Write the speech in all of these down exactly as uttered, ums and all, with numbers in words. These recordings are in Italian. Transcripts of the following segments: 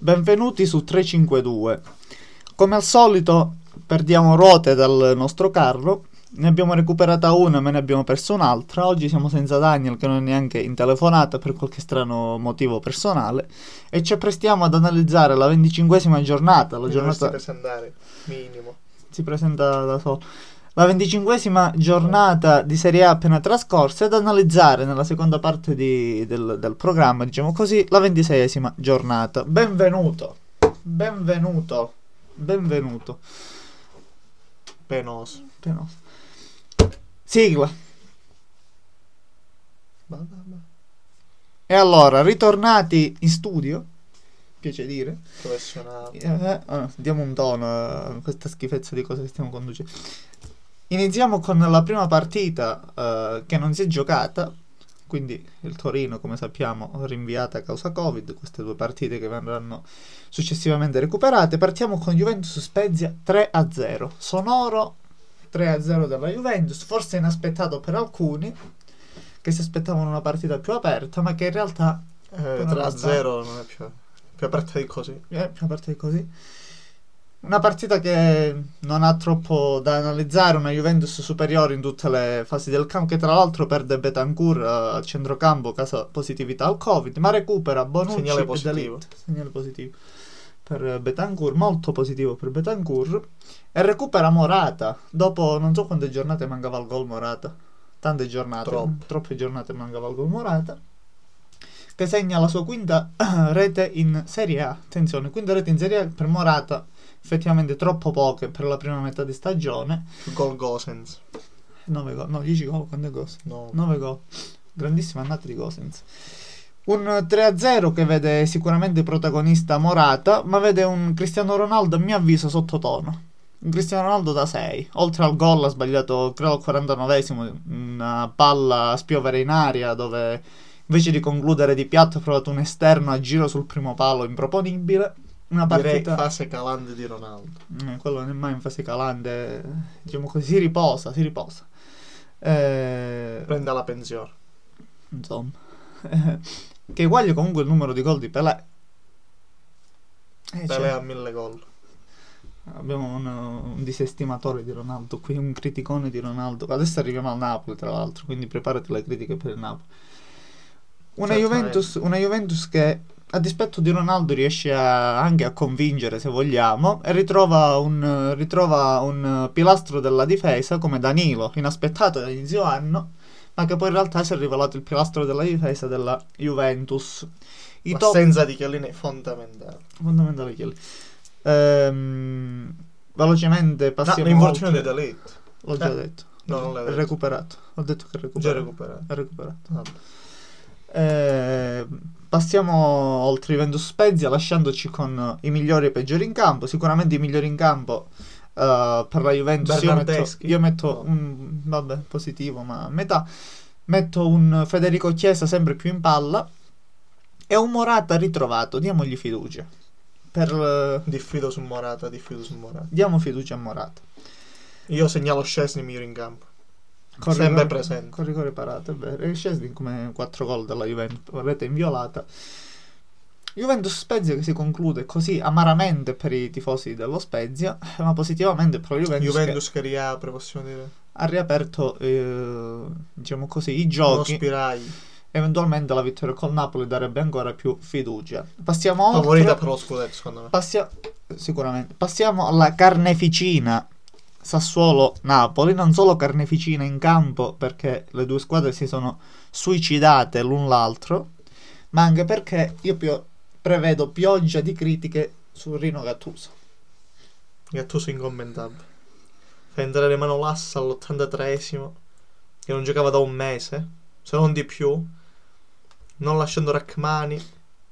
Benvenuti su trecentocinquantadue. Come al solito perdiamo ruote dal nostro carro. Ne abbiamo recuperata una ma ne abbiamo persa un'altra. Oggi siamo senza Daniel, che non è neanche in telefonata per qualche strano motivo personale, e ci apprestiamo ad analizzare la venticinquesima giornata. La giornata presentare minimo si presenta da solo. La venticinquesima giornata di Serie A appena trascorsa, ed analizzare nella seconda parte di, del, del programma, diciamo così, la ventiseiesima giornata. Benvenuto, benvenuto, benvenuto. Penoso. Penoso. Sigla. E allora, ritornati in studio, piace dire, Professionale. eh, eh, diamo un tono a questa schifezza di cose che stiamo conducendo. Iniziamo con la prima partita uh, che non si è giocata, quindi il Torino, come sappiamo, rinviata a causa Covid, queste due partite che verranno successivamente recuperate. Partiamo con Juventus Spezia tre a zero, sonoro tre a zero della Juventus, forse inaspettato per alcuni che si aspettavano una partita più aperta, ma che in realtà eh, tre a zero non è più, più aperta di così. Eh, più aperta di così. Una partita che non ha troppo da analizzare, una Juventus superiore in tutte le fasi del campo, che tra l'altro perde Bentancur uh, al centrocampo causa positività al Covid, ma recupera Bonucci Segnale e positivo. D'Elite. Segnale positivo per Bentancur, molto positivo per Bentancur, e recupera Morata, dopo non so quante giornate mancava il gol Morata, tante giornate, Troppo. troppe giornate mancava il gol Morata, che segna la sua quinta rete in Serie A. Attenzione, quinta rete in Serie A per Morata, effettivamente troppo poche per la prima metà di stagione. Gol Gosens. nove gol, no, dieci gol, quante gol? No. nove gol. Grandissima annata di Gosens. Un tre a zero che vede sicuramente protagonista Morata, ma vede un Cristiano Ronaldo, a mio avviso, sottotono. Un Cristiano Ronaldo da sei. Oltre al gol ha sbagliato, credo al quarantanovesimo, una palla a spiovere in aria, dove invece di concludere di piatto ha provato un esterno a giro sul primo palo improponibile. Una partita... Direi fase calante di Ronaldo. Eh, quello non è mai in fase calante, diciamo così, si riposa, si riposa. Eh, Prenda la pensione. insomma, che eguaglia comunque il numero di gol di Pelé. Eh, Pelé cioè, a mille gol. abbiamo un, un disestimatore di Ronaldo qui, un criticone di Ronaldo. Adesso arriviamo al Napoli, tra l'altro, quindi preparati le critiche per il Napoli. Una Juventus, una Juventus che, a dispetto di Ronaldo, riesce a, anche a convincere, se vogliamo, e ritrova un, ritrova un pilastro della difesa come Danilo, inaspettato dall'inizio anno, ma che poi in realtà si è rivelato il pilastro della difesa della Juventus. I L'assenza top... di Chiellini è fondamentale. Fondamentale Chiellini. Ehm, velocemente passiamo. No, l'infortunio oltre. di D'Elite. L'ho già Eh, detto. no, non l'hai È detto. recuperato. Ho detto che è recuperato. Già recuperato. È recuperato. Vabbè. Eh, passiamo oltre Juventus Spezia, lasciandoci con i migliori e i peggiori in campo. Sicuramente i migliori in campo uh, per la Juventus io metto, Bernardeschi. io metto No. un vabbè positivo, ma a metà metto un Federico Chiesa sempre più in palla e un Morata ritrovato. Diamogli fiducia per, uh, Diffido su Morata, diffido su Morata. diamo fiducia a Morata. Io segnalo Szczesny migliore in campo. Con Sempre rigore- presente. con rigore parato, è vero. E Szczesny come quattro gol della Juventus, rete inviolata. Juventus Spezia che si conclude così amaramente per i tifosi dello Spezia, ma positivamente per la Juventus, Juventus che che riapre, possiamo dire. ha riaperto eh, diciamo così i Uno giochi. spiraglio. Eventualmente la vittoria col Napoli darebbe ancora più fiducia. Passiamo oltre. Favorita per lo scudetto, secondo me. Passia- sicuramente. Passiamo alla carneficina Sassuolo-Napoli. Non solo carneficina in campo, perché le due squadre si sono suicidate l'un l'altro, ma anche perché io pio- prevedo pioggia di critiche su Rino Gattuso. Gattuso incommentabile. Fa entrare Manolas all'ottantatreesimo, che non giocava da un mese, se non di più, non lasciando Rachmani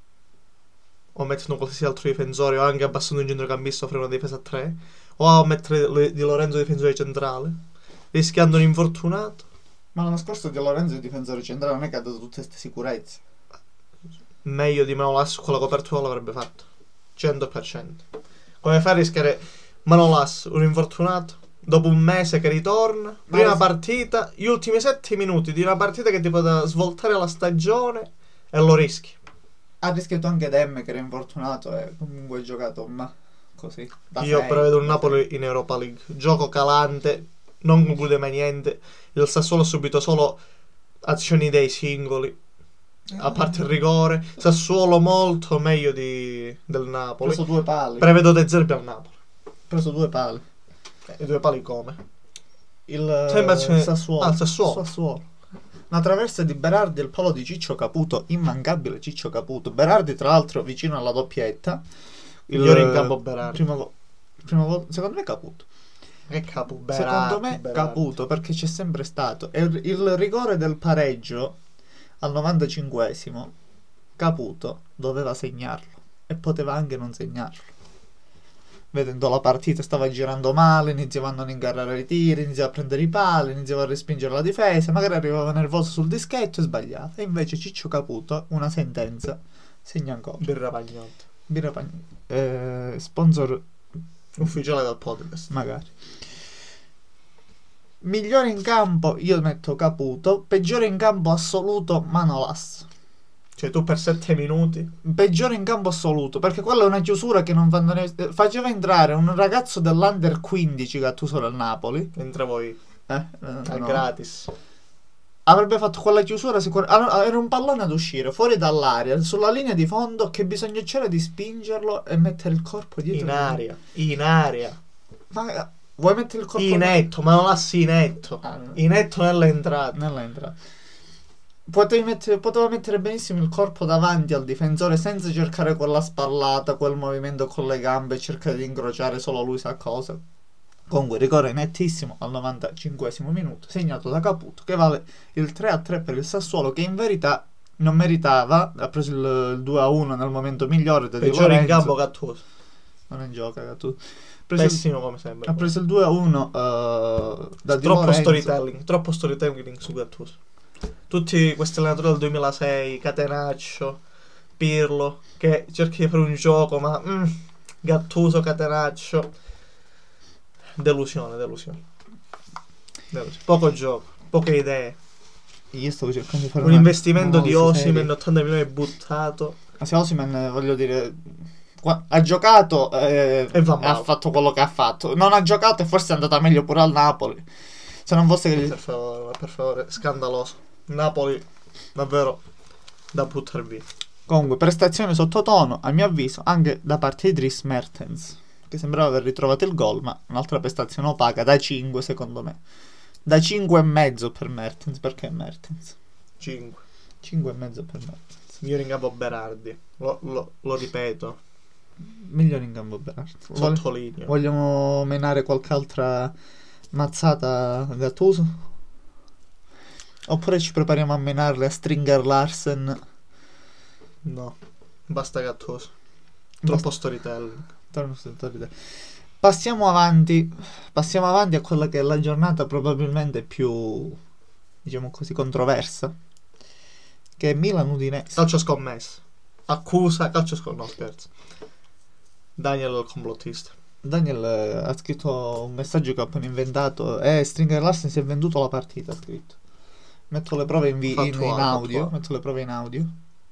o mettendo qualsiasi altro difensore, o anche abbassando un centrocampista a fare una difesa a tre, o a mettere le- Di Lorenzo difensore centrale, rischiando un infortunato. Ma l'anno scorso Di Lorenzo, il difensore centrale, non è che ha dato tutte queste sicurezze. Meglio di Manolas con la copertura l'avrebbe fatto cento per cento. Come fa a rischiare Manolas, un infortunato, dopo un mese che ritorna, prima Ma- partita, gli ultimi sette minuti di una partita che ti poteva svoltare la stagione, e lo rischi. Ha rischiato anche Demme che era infortunato e comunque ha giocato, ma così. da Io sei, prevedo un da Napoli sei. in Europa League. Gioco calante, non conclude mai niente. Il Sassuolo ha subito solo azioni dei singoli. A parte il rigore, Sassuolo molto meglio di, del Ha Napoli. preso due pali. Prevedo De Zerbi al Napoli. Ha preso due pali. E due pali come? Il Sembra c'è- eh, Sassuolo. ah, il Sassuolo. Sassuolo. Una traversa di Berardi e il palo di Ciccio Caputo, immancabile Ciccio Caputo. Berardi tra l'altro vicino alla doppietta. Migliore in campo Berardi. Prima go- prima vol- secondo me Caputo. Che capo, Berardi, Secondo me Berardi. Caputo perché c'è sempre stato. E il, il rigore del pareggio al novantacinquesimo Caputo doveva segnarlo e poteva anche non segnarlo. Vedendo la partita stava girando male, iniziavano a non ingarrare i tiri, iniziava a prendere i pali, iniziava a respingere la difesa, magari arrivava nervoso sul dischetto e sbagliava. E invece Ciccio Caputo, una sentenza, segna ancora. Birra Pagnotta. Birra Pagn- eh, sponsor Ufficiale del podcast. magari. Migliore in campo, io metto Caputo. Peggiore in campo assoluto, Manolas. Cioè tu per sette minuti. Peggiore in campo assoluto, perché quella è una chiusura che non fanno ne- faceva entrare un ragazzo dell'Under quindici Gattuso del Napoli. Mentre voi Eh, eh, al no. gratis. Avrebbe fatto quella chiusura sicuramente. Era un pallone ad uscire fuori dall'aria, sulla linea di fondo, che bisogna c'era di spingerlo e mettere il corpo dietro. In aria. In aria. Ma vuoi mettere il corpo In netto, ma non lassi in netto. Ah, no. In netto nell'entrata. Nella entrata. Potevi mettere, poteva mettere benissimo il corpo davanti al difensore senza cercare quella spallata, quel movimento con le gambe, cercare di incrociare solo lui sa cosa. Comunque rigore nettissimo al novantacinquesimo minuto, segnato da Caputo, che vale il tre a tre per il Sassuolo, che in verità non meritava. Ha preso il, il due a uno nel momento migliore da Di Peggiore in Lorenzo. campo Gattuso. Non è in gioco Gattuso. Ha preso il- Pessimo come sembra. ha preso il due a uno eh, da Di Troppo Lorenzo. storytelling. Troppo storytelling su Gattuso. Tutti questi allenatori del duemilasei, Catenaccio, Pirlo, che cerchi di fare un gioco, ma mm, Gattuso, Catenaccio. Delusione, delusione. Delusione. Poco gioco, poche idee. Io stavo cercando di fare Un una- investimento di un'analisi Osimhen, seria. ottanta milioni buttato. Ma se Osimhen, eh, voglio dire, qua- ha giocato eh, E va ha male. fatto quello che ha fatto. Non ha giocato e forse è andata meglio pure al Napoli. Se non fosse che Per favore, ma per favore, scandaloso. Napoli, davvero, da buttare via. comunque prestazione sottotono, a mio avviso, anche da parte di Dries Mertens, che sembrava aver ritrovato il gol, ma un'altra prestazione opaca da cinque secondo me. Da cinque e mezzo per Mertens, perché Mertens? cinque. cinque e mezzo per Mertens. Migliore in campo Berardi. Lo, lo, lo ripeto, Migliore in campo Berardi. Vole- sottolineo. Vogliamo menare qualche altra mazzata a Gattuso? Oppure ci prepariamo a menarle a Stringer Larsen? No, basta Gattuso. Troppo storytelling. Torno sul Torino. Passiamo avanti. Passiamo avanti a quella che è la giornata probabilmente più, diciamo così, controversa. Che è Milan-Udinese. Calcio scommesso. Accusa, calcio scommesso. No, scherzo. Daniel il complottista. Daniel eh, ha scritto un messaggio che ho appena inventato. Eh, Stringer Larsen si è venduto la partita, ha scritto. Metto le prove in, vi- in- in Fattuale, audio. fattuale. Metto le prove in audio.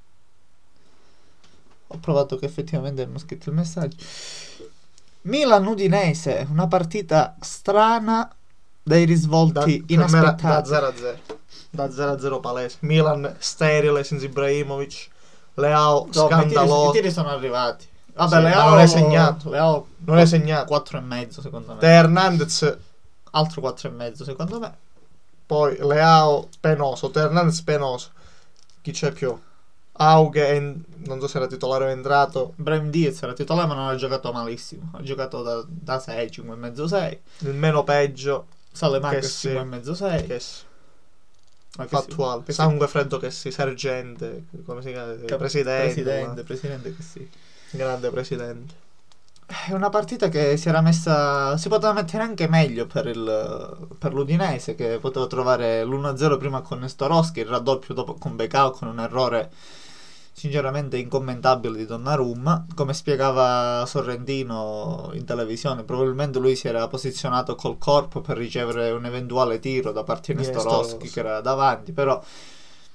Ho provato che effettivamente hanno scritto il messaggio. Milan-Udinese, una partita strana dai Da, risvolti per me era da inaspettati. zero a zero. Da zero a zero palese. Milan sterile senza Ibrahimovic. Leao No, i tiri, i scandaloso. tiri sono arrivati. Vabbè, Sì, Leao ma non è segnato. Leao Non è segnato. quattro e mezzo secondo me. Te Hernandez, Altro quattro e mezzo secondo me. poi Leao penoso. Te Hernandez penoso. Chi c'è più? Auge, en- non so se era titolare o è entrato. Brahim Diaz era titolare ma non ha giocato malissimo. Ha giocato da, da sei, cinque e mezzo, sei. Il meno peggio. Salemaker Che sì. cinque e mezzo, sei. Che s- Ma che fattuale. sì, che sì. Sangue freddo che si. Sergente. Come si chiama? Cap- Presidente. Presidente, presidente che sì. ma- Grande presidente. È una partita che si era messa. Si poteva mettere anche meglio per, il, per l'Udinese, che poteva trovare l'uno a zero prima con Nestorowski, il raddoppio dopo con Becao con un errore sinceramente incommentabile di Donnarumma. Come spiegava Sorrentino in televisione, probabilmente lui si era posizionato col corpo per ricevere un eventuale tiro da parte di Di Nestorowski Nestorowski. che era davanti, però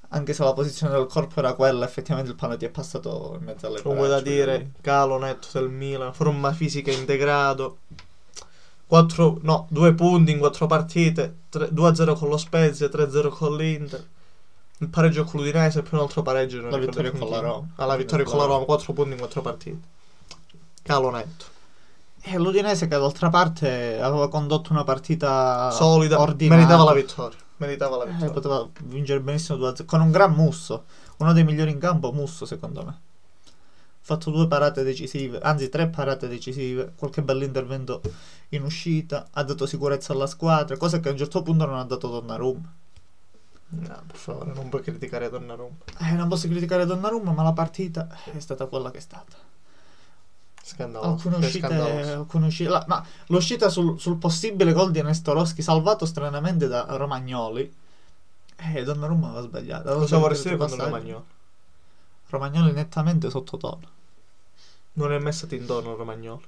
anche se la posizione del corpo era quella, effettivamente il pallone ti è passato in mezzo alle Comunque da braccia, dire, quindi- calo netto del Milan, forma fisica integrato. quattro, no, due punti in quattro partite, tre- due a zero con lo Spezia, tre a zero con l'Inter. Il pareggio con l'Udinese e poi un altro pareggio. non La ricordo vittoria con la chi. Roma. Ah, la vittoria con la Roma, quattro punti in quattro partite. Calo netto. E l'Udinese, che d'altra parte aveva condotto una partita Solida, ordinata, meritava la vittoria. Meritava la Eh, vittoria. poteva vincere benissimo due a zero con un gran Musso, uno dei migliori in campo. Musso, secondo me, ha fatto due parate decisive, anzi tre parate decisive, qualche bell'intervento in uscita, ha dato sicurezza alla squadra, cosa che a un certo punto non ha dato Donnarumma. No, per favore, non puoi criticare Donnarumma. Eh, non posso criticare Donnarumma, ma la partita è stata quella che è stata. Scandaloso. Alcune è uscite, scandaloso. alcune uscite la- ma l'uscita sul, sul possibile gol di Nestorowski, salvato stranamente da Romagnoli, eh, Donnarumma aveva sbagliato. aveva Cosa sbagliato vorresti dire tutti i con passaggi. Romagnoli? Romagnoli nettamente sottotono. Non è messa in tono Romagnoli.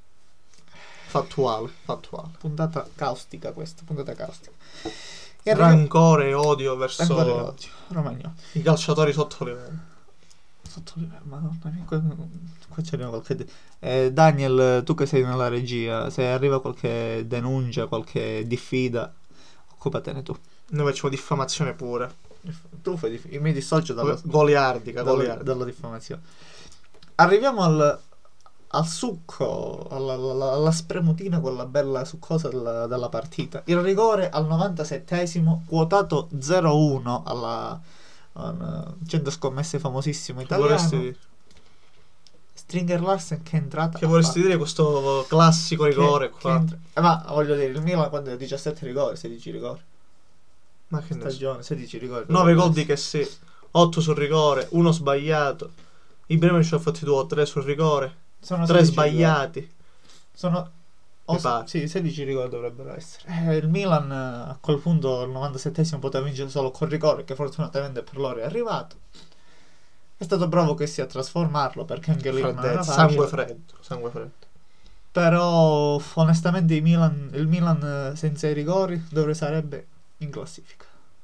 Fattuale, fattuale. Puntata caustica questa, puntata caustica. E arriva- Rancore e odio verso ancora l'odio. Romagnoli. i calciatori sotto livello. Sotto livello, madonna mia, qua, qua c'era qualche... Eh, Daniel, tu che sei nella regia, se arriva qualche denuncia, qualche diffida, occupatene tu. Noi facciamo diffamazione pure. Tu fai dif- io mi dissocio dalla, Goliardica, dalla, goliardica. dalla diffamazione. Arriviamo al, al succo, alla, alla, alla spremutina, quella bella succosa della, della partita. Il rigore al novantasettesimo, quotato zero a uno alla al centro scommesse famosissimo Che vorresti italiano. dire? Stringer Larsen che è entrata. Che ha vorresti fatto- dire questo classico rigore che- qua? che entra- eh, ma voglio dire, il Milan quando è diciassette rigori, sedici rigori. Ma che ne so. Stagione, sedici rigori. nove gol di che sì. otto sul rigore, uno sbagliato. Ibrahimovic ha fatti due o tre sul rigore, Sono tre sedici rigori. sbagliati. Sono o Mi se- pare. sì, sedici rigori dovrebbero essere. Eh, il Milan eh, a quel punto al novantasettesimo poteva vincere solo col rigore, che fortunatamente per loro è arrivato. È stato bravo che sia a trasformarlo, perché anche lì non era Freddezza, facile. sangue freddo, sangue freddo. Però onestamente il Milan, il Milan eh, senza i rigori dove sarebbe in classifica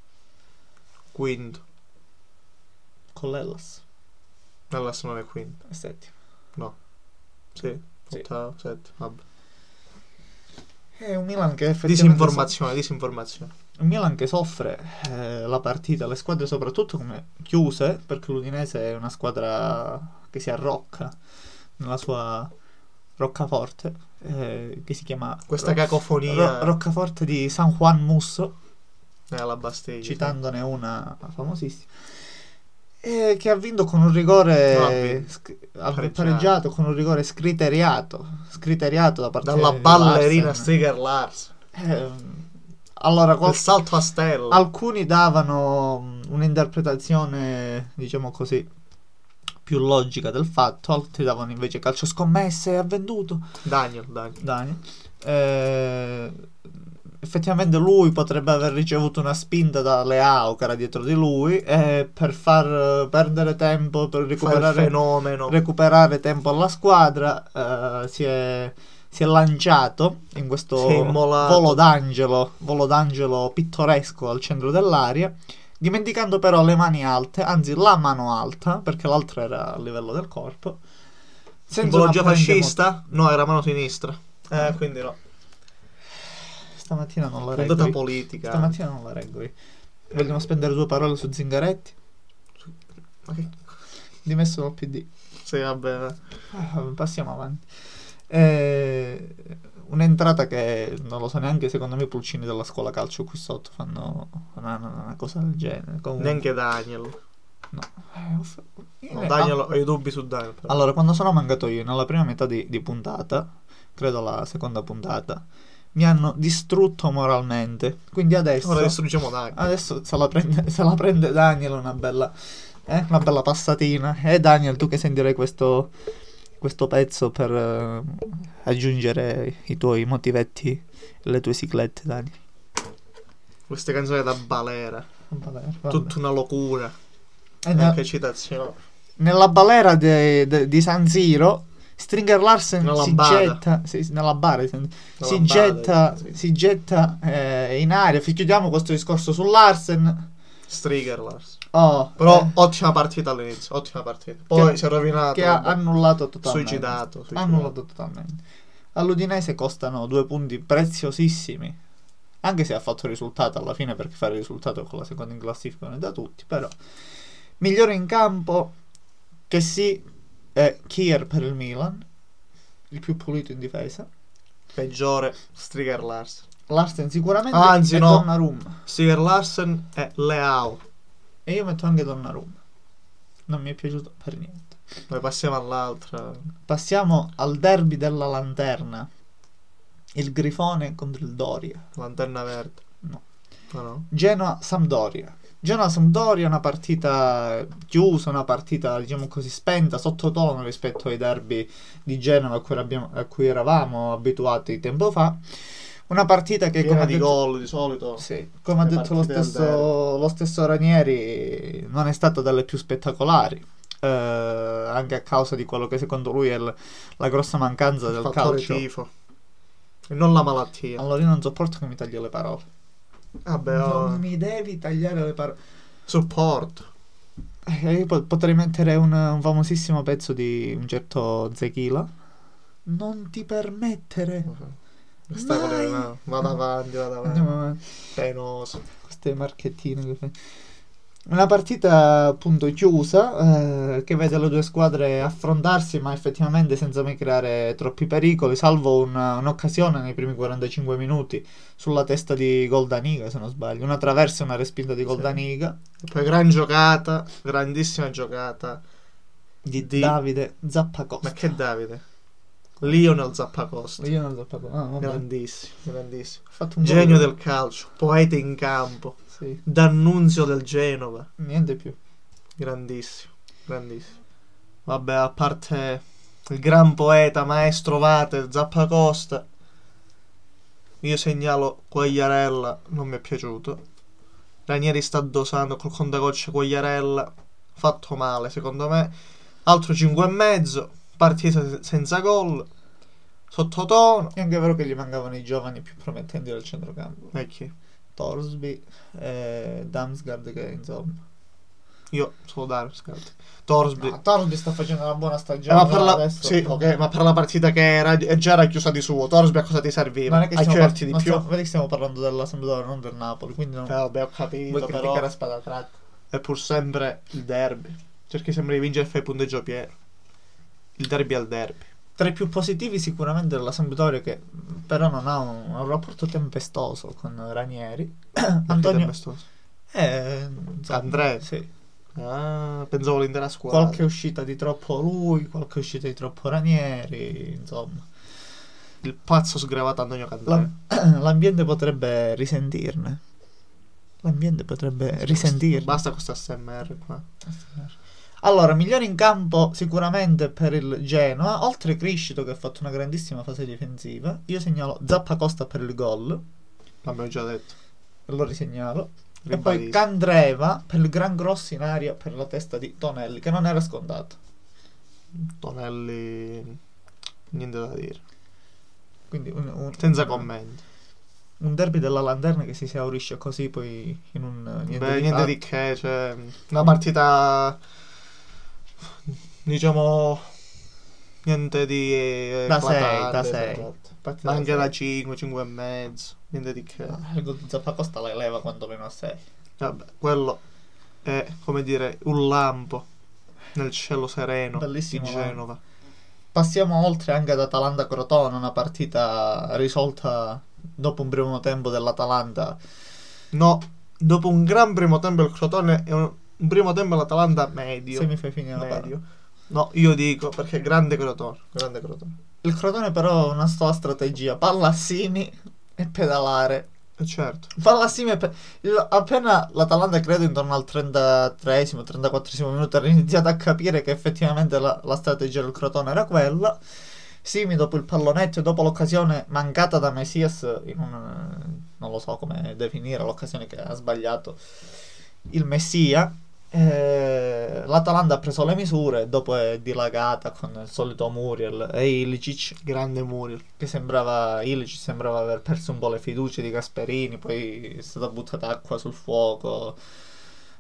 Quinto. con l'Hellas, Nell'Asso non è quinto. è settimo. Sì, Sì. ottavo, settimo, vabbè. È un Milan che effettivamente Disinformazione, disinformazione. Un Milan che soffre eh, la partita, le squadre soprattutto come chiuse, perché l'Udinese è una squadra che si arrocca nella sua roccaforte, eh, che si chiama Questa Ro- cacofonia Ro- roccaforte di San Juan Musso, è alla Bastiglia. citandone una famosissima, e che ha vinto con un rigore Non ha vinto. sc- ha Pareggiato. pareggiato con un rigore scriteriato scriteriato da parte Dalla di ballerina Larsen. Striger Lars. Eh, allora qual- Il salto a stella. alcuni davano mh, un'interpretazione, diciamo così, più logica del fatto, altri davano invece calcio scommesse, ha venduto Daniel, Daniel. Dani. Eh, effettivamente lui potrebbe aver ricevuto una spinta da Leao che era dietro di lui, e per far eh, perdere tempo, per Fa il recuperare, fenomeno. recuperare tempo alla squadra, eh, si è si è lanciato in questo Si è immolato. volo d'angelo, volo d'angelo pittoresco al centro dell'aria, dimenticando però le mani alte, anzi la mano alta, perché l'altra era a livello del corpo. Senza una Simbologia apparente fascista? No, era mano sinistra. Eh, quindi no. mo- Stamattina non la Puntata reggo. io. politica. Stamattina non la reggo. io. Vogliamo spendere due parole su Zingaretti, Ma che... dimesso dal P D. Sì, vabbè. Ah, passiamo avanti. Eh, un'entrata che non lo so neanche, secondo me i pulcini della scuola calcio qui sotto fanno una, una- una cosa del genere. Comunque, Neanche Daniel. no. Eh, off- io No, ne- Daniel, ah, ho i dubbi su Daniel. però. allora, quando sono mancato io nella prima metà di, di puntata, credo la seconda puntata, mi hanno distrutto moralmente. Quindi adesso, Ora distruggiamo Daniel. adesso se la prende, se la prende Daniel una bella, eh, una bella passatina. E Daniel, tu che sentirai questo, questo pezzo per eh, aggiungere i tuoi motivetti, le tue siglette, Daniel. Queste canzoni da balera. Vabbè, vabbè. Tutta una locura. E ne- Anche citazione. nella balera de- de- di San Siro, Stringer Larsen Nella si bada. getta sì, sì, nella bara, si, si bada, getta, sì. si getta eh, in aria. Fi- Chiudiamo questo discorso su Larsen. Striger Lars. Oh, Però eh, ottima partita all'inizio, ottima partita. Poi Che- si è rovinato. che ha vabbè. annullato totalmente. Suicidato, Ha suicidato. annullato totalmente. All'Udinese costano due punti preziosissimi. Anche se ha fatto risultato alla fine, perché fare il risultato con la seconda in classifica non è da tutti. Però migliore in campo che sì è Kier per il Milan, il più pulito in difesa. Peggiore, Striger Larsen. Larsen sicuramente Anzi, e no. Donnarumma. Striger Larsen e Leao. E io metto anche Donnarumma. Non mi è piaciuto per niente. Poi passiamo all'altra. Passiamo al derby della lanterna. Il Grifone contro il Doria. Lanterna verde. No. No, no. Genoa-Sampdoria. Genoa-Sampdoria è una partita chiusa, una partita diciamo così spenta, sottotono rispetto ai derby di Genova a cui, abbiamo, a cui eravamo abituati tempo fa. Una partita che Piena come ha di detto, gol di solito. sì, come ha Le detto lo partite del stesso, lo stesso Ranieri, non è stata delle più spettacolari. Eh, anche a causa di quello che secondo lui è l- la grossa mancanza Il del fattore calcio. tifo. E non la malattia. Allora io non sopporto che mi tagli le parole. Vabbè, oh. Non mi devi tagliare le parole. Supporto. Eh, io po- potrei mettere un, un famosissimo pezzo di un certo Zechila. Non ti permettere. Stai con le Mai. mani. Vado avanti, vado avanti. Andiamo avanti. Penoso. Queste marchettine che fai. Una partita appunto chiusa eh, che vede le due squadre affrontarsi ma effettivamente senza mai creare troppi pericoli, salvo una- un'occasione nei primi quarantacinque minuti sulla testa di Goldaniga, se non sbaglio, una traversa e una respinta di Goldaniga E poi gran giocata, grandissima giocata di, di- Davide Zappacosta. Ma che Davide? Lionel Zappacosta. Io non Zappacosta. Ah, vabbè. Grandissimo, grandissimo. Ha fatto un Genio gol. del calcio, poeta in campo, Sì, d'annunzio del Genova. niente più. Grandissimo, grandissimo. Vabbè, a parte il gran poeta, maestro Vate, Zappacosta, io segnalo Quagliarella, non mi è piaciuto. Ranieri sta dosando col contagocce Quagliarella, fatto male secondo me. Altro cinque e mezzo, partita se- senza gol, sottotono. È anche vero che gli mancavano i giovani più promettenti del centrocampo. E chi? Torsby e Damsgaard che insomma. Io solo Darmstadt. Torsby. No, Torsby sta facendo una buona Eh, stagione. ma per la... adesso Sì, ok, ma per la partita che era e già era chiusa di suo, Torsby a cosa ti serviva? non è che A stiamo, chiuderti par- di non più? stiamo, vedi che stiamo parlando della Sampdoria, non del Napoli, quindi non Eh, vabbè, ho vuoi capito, criticare però a spada tratta. è pur sempre il derby. Cerchi sempre di vincere e fai punteggio pieno. Il derby al derby. Tra i più positivi sicuramente della Sampdoria che mh, però non ha un, un rapporto tempestoso con Ranieri. Antonio Tempestoso. eh, insomma, Andrea. sì. Ah, pensavo l'intera squadra. Qualche uscita di troppo lui, qualche uscita di troppo Ranieri, insomma. Il pazzo sgravato Antonio Candreva. La- l'ambiente potrebbe risentirne. L'ambiente potrebbe risentirne. Basta questo S M R qua. Allora, migliore in campo sicuramente per il Genoa, oltre Criscito che ha fatto una grandissima fase difensiva. Io segnalo Zappacosta per il gol, L'abbiamo già detto. e lo risegnalo. E poi Ribadisco. Candreva per il gran grosso in aria per la testa di Tonelli, che non era scontato. Tonelli. Niente da dire. Quindi un, un- Senza commenti. un derby della lanterna che si esaurisce così poi in un niente Beh, di niente fatto. di che, cioè, una partita, diciamo, niente di eh, Da sei, eclatante, da sei. esatto. Partita Ma anche sei. da cinque, cinque e mezzo, niente di che. Ah, il gol di Zappacosta la eleva quantomeno a sei. Vabbè, quello è, come dire, un lampo nel cielo sereno Bellissimo di Genova. Passiamo oltre anche ad Atalanta-Crotone, una partita risolta dopo un primo tempo dell'Atalanta. No, dopo un gran primo tempo il Crotone è un, un primo tempo l'Atalanta medio. Se mi fai finire la medio. parola. No, io dico perché grande Crotone, grande Crotone. Il Crotone però ha una sua strategia, palla a Simi e pedalare. E certo. Palla a Simi e pe- il- appena l'Atalanta credo intorno al trentatreesimo, trentaquattresimo minuto era iniziato a capire che effettivamente la, la strategia del Crotone era quella. Simi dopo il pallonetto e dopo l'occasione mancata da Messias in un, non lo so come definire l'occasione che ha sbagliato il Messia, eh, l'Atalanta ha preso le misure e dopo è dilagata con il solito Muriel e Ilicic Grande Muriel. che sembrava Ilicic sembrava aver perso un po' le fiducie di Gasperini, poi è stata buttata acqua sul fuoco.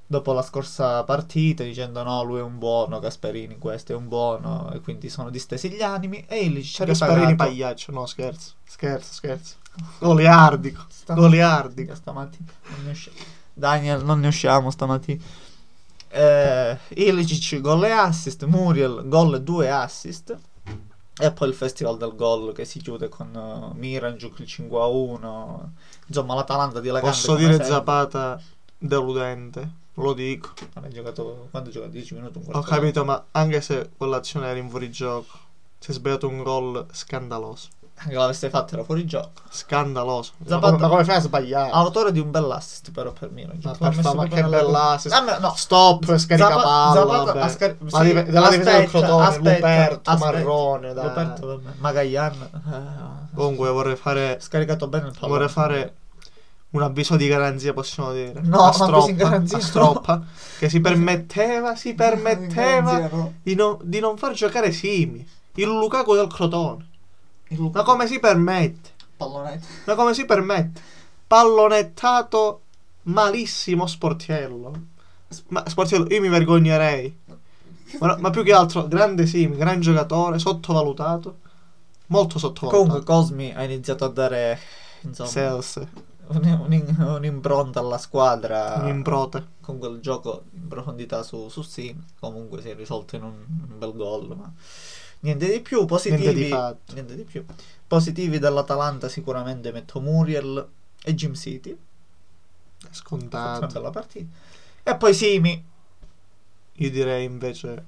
dopo la scorsa partita dicendo no, lui è un buono, Gasperini questo è un buono, e quindi sono distesi gli animi, e Illich ha Gasperini ripagato. pagliaccio, no scherzo, scherzo, scherzo. Goliardico, goliardico. Stamattina non ne usci- Daniel, non ne usciamo stamattina. eh, Ilicic gol e assist, Muriel gol e due assist, e poi il festival del gol che si chiude con uh, Miranchuk il cinque a uno. Insomma, l'Atalanta di Lagante, Posso come dire sempre. Zapata deludente, lo dico. Non ha giocato, quando ha giocato dieci minuti, un Ho quarto capito, ma anche se quell'azione era in fuorigioco, si è sbagliato un gol scandaloso. Anche l'avesse fatto era fuori gioco. Scandaloso. Ma Zapata- come, ma come fai a sbagliare? Autore di un bell'assist però per Miranchuk. Ma L'ha per messo favore, proprio che nella- bell'assist. Ah, ma no. Stop, scarica Zapa- palla, Zapata vabbè. ha scari- Ma sì, di- della difesa del aspetta, Crotone, aspetta, Luperto, aspetta. Marrone, dai. Luperto, vabbè. Magayan eh, Comunque vorrei fare, ha scaricato bene il pallone. vorrei fare un avviso di garanzia, possiamo dire. No, a ma così in Stroppa, garanzia a no. Stroppa, che si permetteva, si permetteva Garanzia, no. di, non- di non far giocare Simi, il Lukaku del Crotone. Il Luca- Ma come si permette? pallonetto. Ma come si permette? Pallonettato malissimo Sportiello. Ma Sportiello, io mi vergognerei. Ma, no- ma più che altro, grande Simi, gran giocatore, sottovalutato. Molto sottovalutato. Comunque Cosmi ha iniziato a dare, insomma, Sales, un- un- un'impronta alla squadra un'improte. con quel gioco in profondità su, su Sim. Comunque si è risolto in un, un bel gol, ma niente di più. Positivi, Niente di fatto. niente di più. Positivi dell'Atalanta sicuramente metto Muriel e Jim City. Ha fatto una Scontato. bella partita. E poi Simi. Io direi invece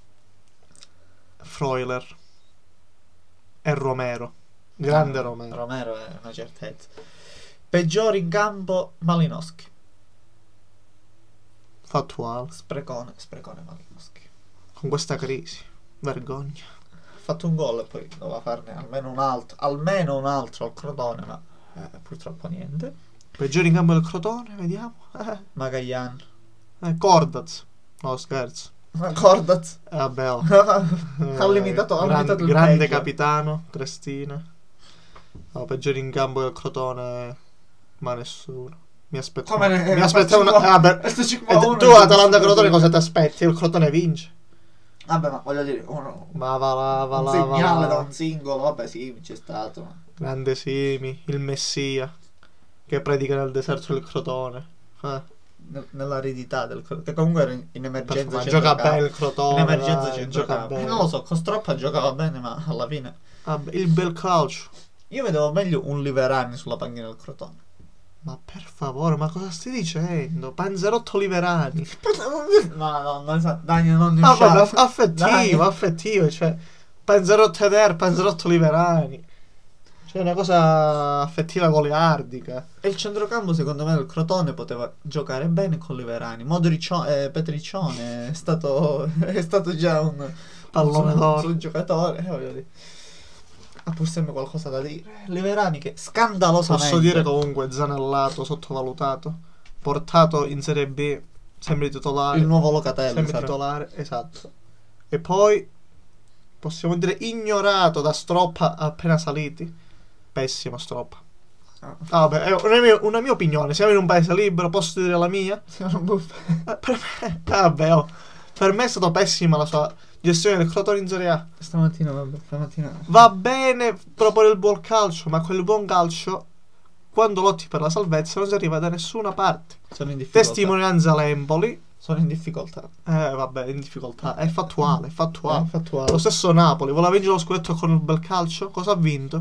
Freuler e Romero. Grande Ah, Romero. Romero è una certezza. Peggiori in campo Malinowski. Fattuale. Sprecone, sprecone Malinowski. Con questa crisi. Vergogna. Ha fatto un gol e poi doveva farne almeno un altro, almeno un altro al Crotone, ma eh, purtroppo niente. Peggiore in campo del Crotone, vediamo. Eh, Magayan. eh, Cordaz. No, scherzo. Cordaz. Eh, vabbè, oh. Ha limitato- ha gran- limitato il grande peggio. capitano, Crestina. No, peggiore in campo del Crotone, ma nessuno. Mi aspettavo. Come ne- Mi aspettavo una. cinque- eh, vabbè. questo E cinque a uno tu, non si Atalanta può Crotone, dire. cosa ti aspetti? Il Crotone vince. Vabbè, ma voglio dire, uno, Ma va là, va un là, va segnale là. da un singolo, vabbè sì, c'è stato. ma- Grande Simi, il Messia, che predica nel deserto del Crotone. Eh, nel- Nell'aridità del Crotone, che comunque era in, in emergenza ma ci gioca giocava. bene il Crotone. In emergenza dai, ci gioca giocava. bene. Non lo so, con Stroppa giocava bene, ma alla fine Vabbè, il bel calcio. io vedevo meglio un Liverani sulla panchina del Crotone. Ma per favore, ma cosa stai dicendo? Panzerotto Liverani. No, no, non sa- Daniel, non ne Ah, usciamo. vabbè, aff- affettivo, Dai. affettivo, cioè Panzerotto Eder, Panzerotto Liverani. Cioè una cosa affettiva goliardica. E il centrocampo secondo me del Crotone poteva giocare bene con Liverani. Modriccione, eh, Petriccione è stato, è stato già un Pallone un- d'oro. un giocatore, eh, voglio dire. Ha pur sempre qualcosa da dire. Liverani che scandalosamente. Posso dire comunque zanellato, sottovalutato, portato in Serie B, sempre titolare. il nuovo Locatelli Sempre sarà. titolare, esatto. E poi possiamo dire ignorato da Stroppa appena saliti. Pessimo Stroppa. Ah. Ah, vabbè, è una mia, una mia opinione. Siamo in un paese libero, posso dire la mia? Siamo un buff- Eh, per me, eh, vabbè, oh. Per me è stata pessima la sua gestione del Crotone in Serie A. Stamattina, vabbè, stamattina. Va bene proporre il buon calcio, ma quel buon calcio, quando lotti per la salvezza, non si arriva da nessuna parte. Sono in difficoltà. Testimonianza l'Empoli. Sono in difficoltà. Eh, vabbè, in difficoltà. È fattuale, è fattuale. Eh, fattuale. Lo stesso Napoli voleva vincere lo scudetto con il bel calcio. Cosa ha vinto?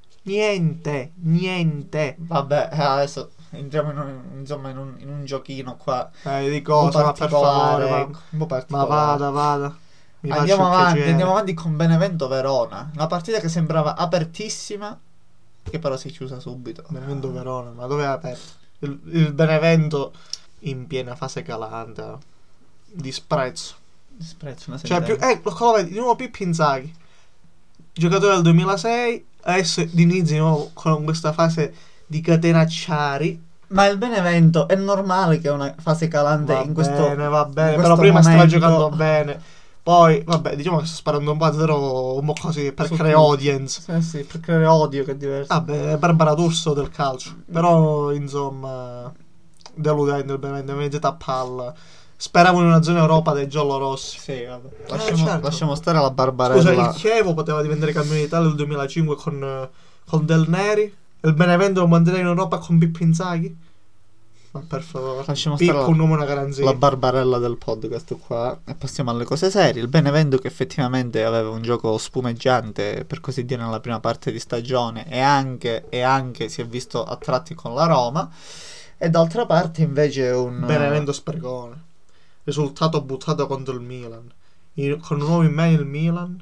Niente, niente. Vabbè, eh, adesso entriamo in un, insomma, in un, in un giochino qua. Eh, di Un po' cosa, ma per particolare, favore, ecco, un po' ma, ma particolare. vada, vada. Mi Andiamo faccia il avanti, piacere. andiamo avanti con Benevento Verona. Una partita che sembrava apertissima, che però si è chiusa subito. Benevento Verona, ma dove è aperto? Il, il Benevento in piena fase calante. Disprezzo. Disprezzo, una Cioè, più, sentenza. ecco, lo vedi, di nuovo Pippo Inzaghi. Giocatore del duemilasei, adesso inizia di nuovo con questa fase di catenacciari. Ma il Benevento è normale che è una fase calante Va in questo bene, va bene, in però questo prima stava momento. giocando bene. Poi, vabbè, diciamo che sto sparando un po' a zero, un po' così, per Su creare tutti. audience. Sì, sì, per creare odio che è diverso. Vabbè, è Barbara D'Urso del calcio. Però, insomma, deludente il Benevento, mi a palla. Speravo in una zona Europa dei giallorossi. Sì, vabbè. Eh, Lasciamo, certo. lasciamo stare la Barbarella. Scusa, il Chievo poteva diventare campione d'Italia nel duemilacinque con, eh, con Del Neri. Il Benevento lo manderà in Europa con Pippo Inzaghi. Ma per favore, Lasciamo Pippo stare un la, nome, una garanzia. la Barbarella del podcast qua. E passiamo alle cose serie. Il Benevento, che effettivamente aveva un gioco spumeggiante, per così dire, nella prima parte di stagione, e anche, e anche si è visto a tratti con la Roma. E d'altra parte invece un Benevento sprecone. Risultato buttato contro il Milan. In- con un nuovo in meno il Milan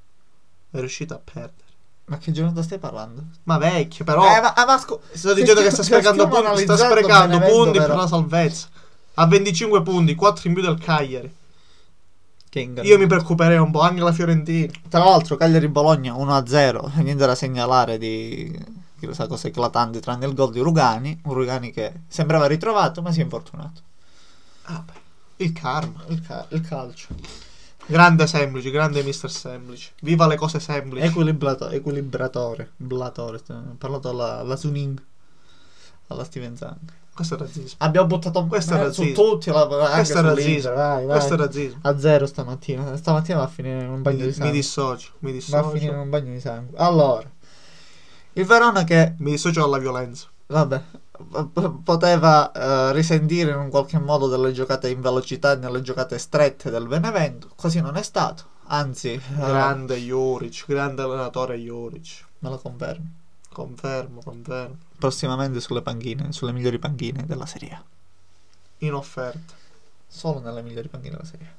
è riuscito a perdere. Ma che giornata stai parlando? Ma vecchio, però. Eh, ma, ah, ma scu- sto dicendo se che sta sti- se sprecando, stiamo punti, sta analizzando sprecando Benevento, punti per però. la salvezza. Ha venticinque punti, quattro in più del Cagliari. Che inganno. Io mi preoccuperei un po', anche la Fiorentina. Tra l'altro Cagliari-Bologna uno a zero, niente da segnalare di chissà cosa eclatante, tranne il gol di Rugani, un Rugani che sembrava ritrovato ma si è infortunato. Ah, beh. Il karma. Il, ca- il calcio. Grande semplice, grande mister semplice. Viva le cose semplici. Equilibrato- equilibratore, blatore, ho parlato alla, alla Suning, alla Steven Zang. Questo è razzismo. Abbiamo buttato un Questo è eh, su razzismo. tutti, la, anche Questo è sull'Inter, razzismo. vai, vai. Questo è razzismo. A zero stamattina, stamattina va a finire in un bagno Mi, di mi sangue. dissocio, mi Va a finire in dissocio. un bagno di sangue. Allora, il Verona che Mi dissocio dalla violenza. vabbè, p- poteva eh, risentire in un qualche modo delle giocate in velocità e nelle giocate strette del Benevento, così non è stato, anzi, eh, Grande Juric, grande allenatore Juric. me lo confermo. Confermo, confermo. Prossimamente sulle panchine, sulle migliori panchine della Serie A. In offerta. Solo nelle migliori panchine della Serie A.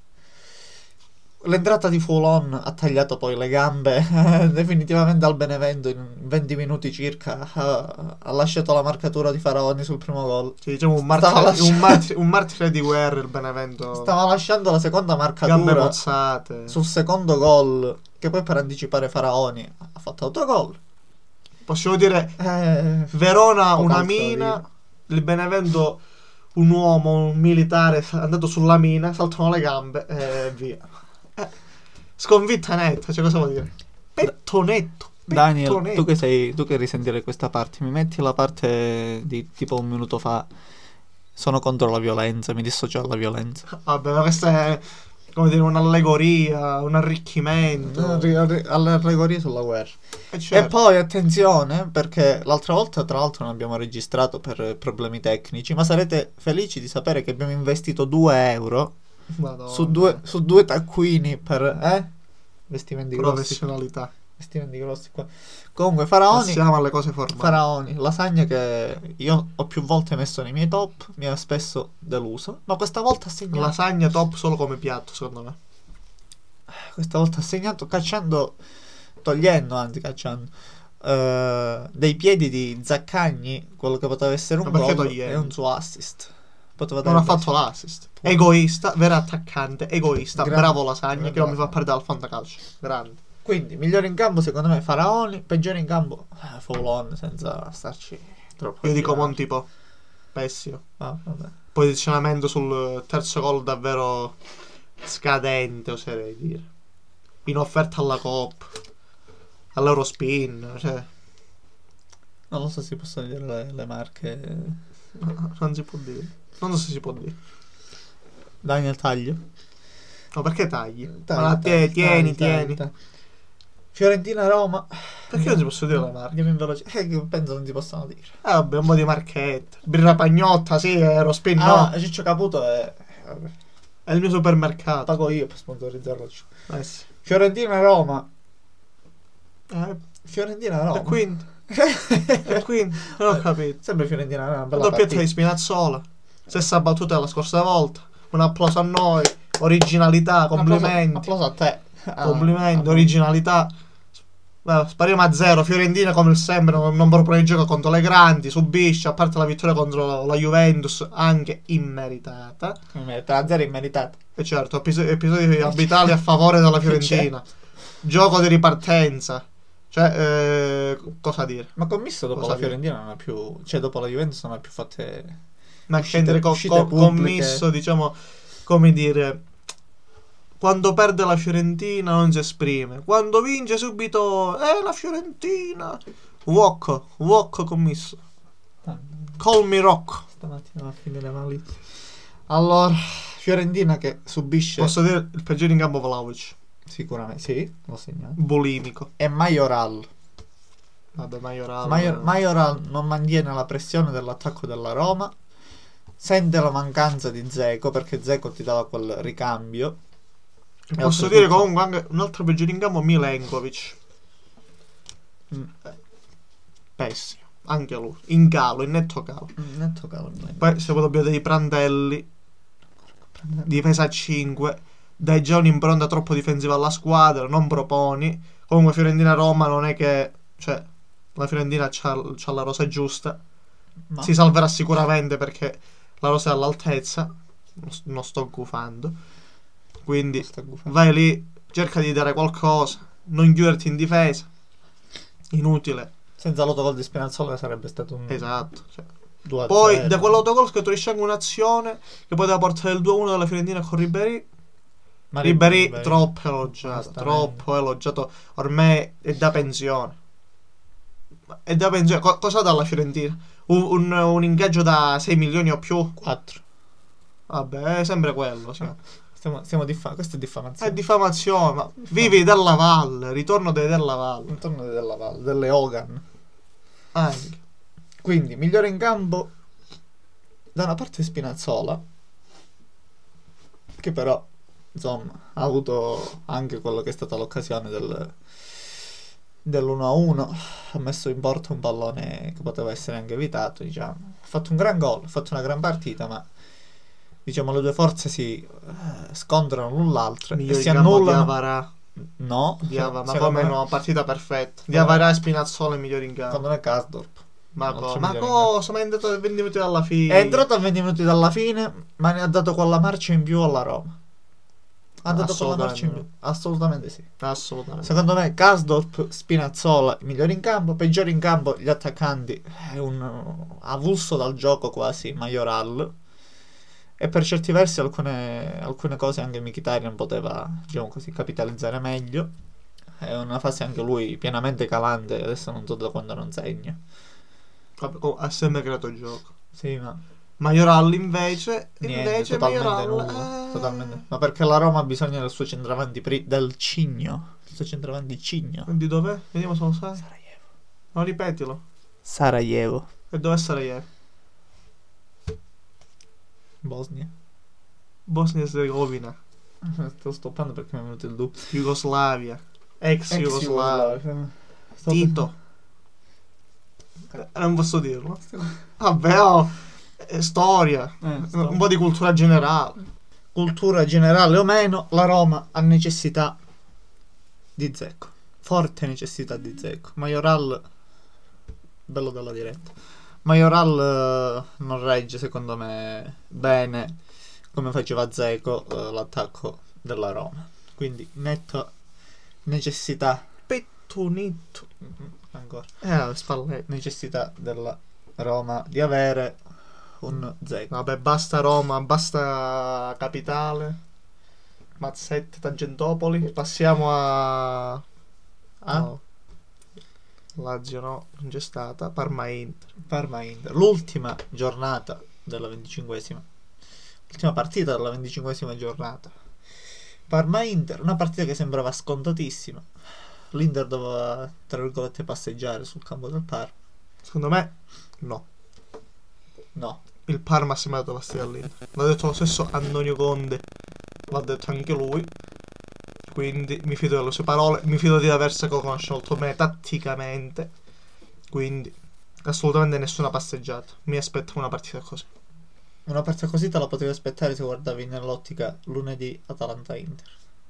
L'entrata di Foulon ha tagliato poi le gambe eh, definitivamente al Benevento in venti minuti circa. Ha, ha lasciato la marcatura di Faraoni sul primo gol. Sì, diciamo un Stava martire, lasci- un, martire, un martire di guerra il Benevento. Stava lasciando la seconda Gambe marcatura mozzate. sul secondo gol, che poi per anticipare Faraoni ha fatto autogol. Possiamo dire Eh, Verona poco una altro da mina, il Benevento un uomo, un militare è andato sulla mina, saltano le gambe e via. Eh, sconfitta netta, cioè cosa vuol dire? Petto netto. Petto Daniel, netto. tu che sei, tu che risentire questa parte, mi metti la parte di tipo un minuto fa. Sono contro la violenza, mi dissocio dalla violenza. Vabbè, ma questa è come dire un'allegoria, un arricchimento. Arri- arri- Alle allegorie sulla guerra. Eh, E certo. poi attenzione, perché l'altra volta tra l'altro non abbiamo registrato per problemi tecnici, ma sarete felici di sapere che abbiamo investito due euro Madonna. su due, su due taccuini per eh? vestimenti grossi. Professionalità. Vestimenti grossi qua. Comunque Faraoni, Passiamo alle cose formali. Faraoni, lasagna che io ho più volte messo nei miei top, mi ha spesso deluso, ma questa volta ha segnato. Lasagna top solo come piatto, secondo me. Questa volta ha segnato cacciando, togliendo anzi cacciando eh, dei piedi di Zaccagni, quello che poteva essere un Ma perché gol togliendo? e un suo assist. Poteva Non dare ha fatto l'assist. Egoista, vero attaccante, egoista. Grande. Bravo Lasagna che non mi fa Grande. perdere al fantacalcio. Grande. Quindi migliore in campo secondo me Faraoni, peggiore in campo eh, Foulon, senza starci troppo. Io a dico girare. Montipo. Pessimo. Ah, vabbè. Posizionamento sul terzo gol davvero scadente, oserei dire. In offerta alla Coop, all'Eurospin, cioè Non lo so se si possono dire le, le marche. non si può dire. Non so se si può dire. Daniel taglio. No, perché tagli? Tagli, Ma tagli, tieni, tieni, tagli, tagli, tieni. tagli. Fiorentina Roma. Perché non si possono dire le marche? Andiamo in veloce. Eh, che penso non si possano dire. Eh vabbè, un po' di marchette. Birra Pagnotta, sì, Eurospin Ah, no. Ciccio Caputo è. Vabbè, È il mio supermercato. pago io per sponsorizzarlo. Eh sì. Fiorentina Roma. Eh, Fiorentina Roma. e quindi? E quindi? Non ho capito. Sempre Fiorentina Roma. La Bella doppietta partita. di Spinazzola. Stessa battuta della scorsa volta. Un applauso a noi. Originalità, complimenti. Applauso, applauso a te. Ah, Complimenti, ah, originalità. Beh, spariamo a zero. Fiorentina, come sempre, non, non proprio il gioco contro le grandi. Subisce, a parte la vittoria contro la Juventus, anche immeritata. tre a zero immeritato. E certo, episo- episodi abitali a favore della Fiorentina. Gioco di ripartenza. Cioè, eh, cosa dire? Ma commesso dopo Cosa la dire? Fiorentina non ha più. Cioè, dopo la Juventus non ha più fatte. Ma Uscite- scendere co- uscite co- pubbliche. commisso, diciamo, come dire, quando perde la Fiorentina non si esprime, quando vince subito, eh la Fiorentina, walk, walk commisso. Ah, Call me Rocco. Stamattina va a finire malissimo. Allora, Fiorentina che subisce... Posso dire il peggiore in campo Vlahovic. Sicuramente, sì, l'ho segnato. Bulimico. E Majoral. Vabbè, Majoral. Major- Majoral non mantiene la pressione dell'attacco della Roma. Sente la mancanza di Dzeko, perché Dzeko ti dava quel ricambio. E posso dire comunque anche un altro peggiore in campo, Milenkovic. Mm. Pessimo. Anche lui. In calo, in netto calo. Mm, netto calo. Poi se poi dobbiamo dei Prandelli. Difesa a cinque. Dai già un'impronta troppo difensiva alla squadra. Non proponi. Comunque Fiorentina-Roma non è che... Cioè, la Fiorentina c'ha, c'ha la rosa giusta. Ma... Si salverà sicuramente perché la rosa è all'altezza. Non sto gufando. Quindi vai lì, cerca di dare qualcosa. Non chiuderti in difesa. Inutile. Senza l'autogol di Spinazzola sarebbe stato un... Esatto. Cioè. due a Poi zero. da quell'autogol scaturisce anche un'azione che poteva portare il due a uno della Fiorentina con Ribéry. Ma Ribéry Ribéry, troppo elogiato, troppo elogiato. Ormai è da pensione. È da pensione. Co- cosa dà la Fiorentina? Un, un, un ingaggio da sei milioni o più? quattro. Vabbè, è sempre quello, sì. Stiamo, stiamo diffa- questa è diffamazione. È diffamazione, ma vivi della Valle, ritorno dei della Valle. Intorno della Valle, delle Hogan. Anche. Quindi, migliore in campo da una parte Spinazzola, che però, insomma, ha avuto anche quello che è stata l'occasione del, dell'uno a uno. Ha messo in porta un pallone che poteva essere anche evitato, diciamo. Ha fatto un gran gol, ha fatto una gran partita, ma diciamo le due forze si eh, scontrano l'un l'altro e si annullano. Diavara. No, Diavara, ma secondo come me- no? Partita perfetta. Diavara e Spinazzola è migliore in campo. Secondo me Karsdorp. Ma, un altro co- ma migliore in cosa? Ma è entrato a venti minuti dalla fine. È entrato a venti minuti dalla fine, ma ne ha dato quella marcia in più alla Roma. Ha dato quella marcia in più. Assolutamente sì. Assolutamente. Secondo me Karsdorp, Spinazzola, migliori in campo, peggiori in campo gli attaccanti. È un uh, avulso dal gioco quasi Majoral. E per certi versi alcune, alcune cose anche Mkhitaryan poteva, diciamo così, capitalizzare meglio. È una fase anche lui pienamente calante, adesso non so da quando non segna. Vabbè, oh, ha sempre creato il gioco. Sì, ma Majoral invece. niente, invece totalmente Majoral. nulla, eh, totalmente. Ma perché la Roma ha bisogno del suo centravanti pri- del Cigno. Il suo centravanti Cigno. Di dov'è? Vediamo se lo sai. Sarajevo. No, ripetilo. Sarajevo. E dov'è Sarajevo? Bosnia. Bosnia e Herzegovina. Sto stoppando perché mi è venuto il dubbio. Jugoslavia. Ex, Ex Jugoslavia. Jugoslavia. Sto Tito. Eh, non posso dirlo. Vabbè, oh, è storia. Eh, sto- Un po' di cultura generale. Cultura generale o meno, la Roma ha necessità di Dzeko. Forte necessità di Dzeko. Majoral, bello della diretta. Majoral eh, non regge secondo me bene come faceva Dzeko eh, l'attacco della Roma. Quindi netta necessità. Pettunito. Mhm, ancora. Eh, Spalletti. Necessità della Roma di avere un Dzeko. Vabbè, basta Roma, basta Capitale. Mazzette, Tangentopoli. Passiamo a... Ah? No. Lazio no, non c'è stata. Parma Inter. Parma Inter, l'ultima giornata della venticinquesima, l'ultima partita della venticinquesima giornata. Parma Inter, una partita che sembrava scontatissima. L'Inter doveva, tra virgolette, passeggiare sul campo del Parma. Secondo me, no. No, Il Parma ha sembrato vastire all'Inter. L'ha detto lo stesso Antonio Conte. L'ha detto anche lui. Quindi mi fido delle sue parole. Mi fido di aversi conosciuto molto bene tatticamente. Quindi assolutamente nessuna passeggiata. Mi aspetto una partita così. una partita così te la potevi aspettare se guardavi nell'ottica lunedì Atalanta-Inter.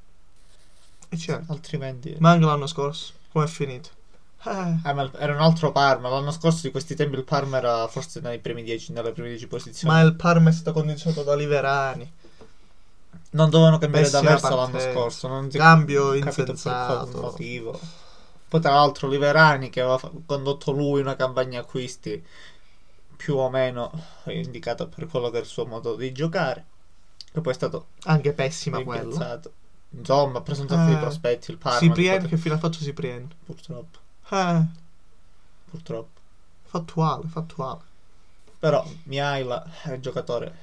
E c'è. Altrimenti... Ma anche l'anno scorso. Com'è finito? Eh. Eh, ma era un altro Parma. L'anno scorso di questi tempi il Parma era forse nei primi dieci, nelle prime dieci posizioni. Ma il Parma è stato condizionato da Liverani. Non dovevano cambiare da Pessima verso l'anno partenza. scorso. Non si Cambio capito per insensato. quale motivo. Poi tra l'altro Liverani che aveva fa- condotto lui una campagna acquisti più o meno indicata per quello che è il suo modo di giocare, che poi è stato Anche pessima quella. rimpiazzato. Insomma, ha preso un sacco di Eh. prospetti il Parma. Ciprien, che che fine ha fatto Ciprien? Purtroppo, Eh, purtroppo. fattuale, fattuale. Però Mihaila è un giocatore,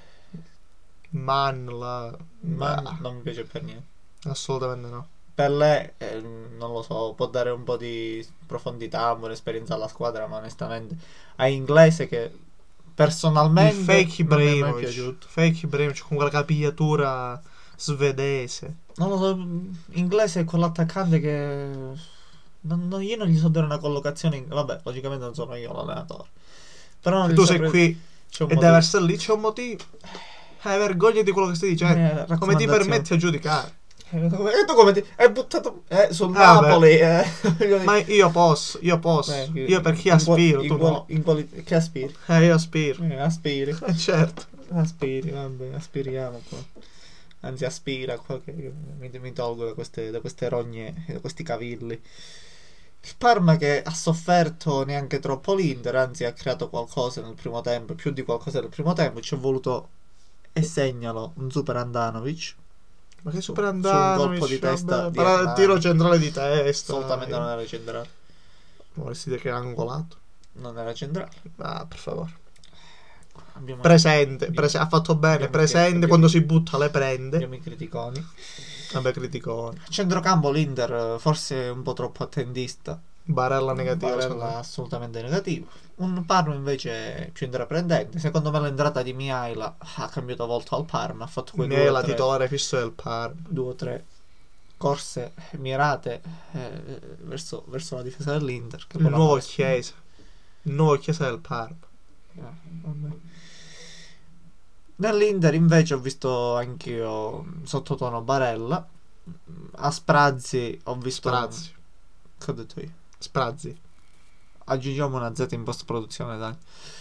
Man, la... ma Ah, non mi piace per niente. assolutamente no. Pelé, eh, non lo so, può dare un po' di profondità, un'esperienza alla squadra, ma onestamente a Inglese che Il personalmente fake non mi è mai Ibrahimovic. piaciuto. Fake Ibrahimovic con quella capigliatura svedese. Non lo so, Inglese è quell'attaccante che non- non- io non gli so dare una collocazione. in- Vabbè, logicamente non sono io l'allenatore. Però non Se gli tu sei saprei- qui c'è un e motivo. deve essere lì, c'è un motivo. Eh, vergogna di quello che stai dicendo. Eh, Come ti raccomandazione. permetti a giudicare? Eh, come- E tu come ti hai buttato eh, sul Eh, vabbè. Napoli? Eh. Voglio dire- Ma io posso, io posso. Eh, Io per chi in qual- aspiro, in tu qual- no. in quali- che aspiri? Eh, io aspiro. Eh, aspiri. Eh, certo. Aspiri, vabbè, aspiriamo qua. Anzi, aspira qua che io mi, mi tolgo da queste, da queste rogne, da questi cavilli. Il Parma che ha sofferto neanche troppo l'Inter, anzi ha creato qualcosa nel primo tempo, più di qualcosa nel primo tempo. Ci è voluto, e segnalo, un super Andanovic. Ma che Su- super su un Andanovic, colpo di testa vabbè, di parla- Hernani. tiro centrale di testa. Assolutamente eh. non era centrale. Vorresti dire che è angolato? Non era centrale. Ah, per favore. Abbiamo, Presente, prese- ha fatto bene, Abbiamo- presente, abbiamo- quando si butta le prende. abbiamo i criticoni. Vabbè, criticone. Centrocampo l'Inter eh, forse un po' troppo attendista. Barella negativo, secondo Barella me. assolutamente negativo. Un Parma invece più intraprendente. Secondo me l'entrata di Mihaila ha cambiato volto al Parma. Ha fatto quei Mi due è o la tre, titolare fisso del Parma. due o tre corse mirate eh, verso, verso la difesa dell'Inter. Che Il poi la nuovo palestra- Chiesa. Il nuovo Chiesa del Parma. Eh, vabbè. Nell'Inter invece ho visto anch'io sottotono Barella. A Sprazzi ho visto. Sprazzi. Che ho detto io? Sprazzi. Aggiungiamo una Z in post produzione, dai.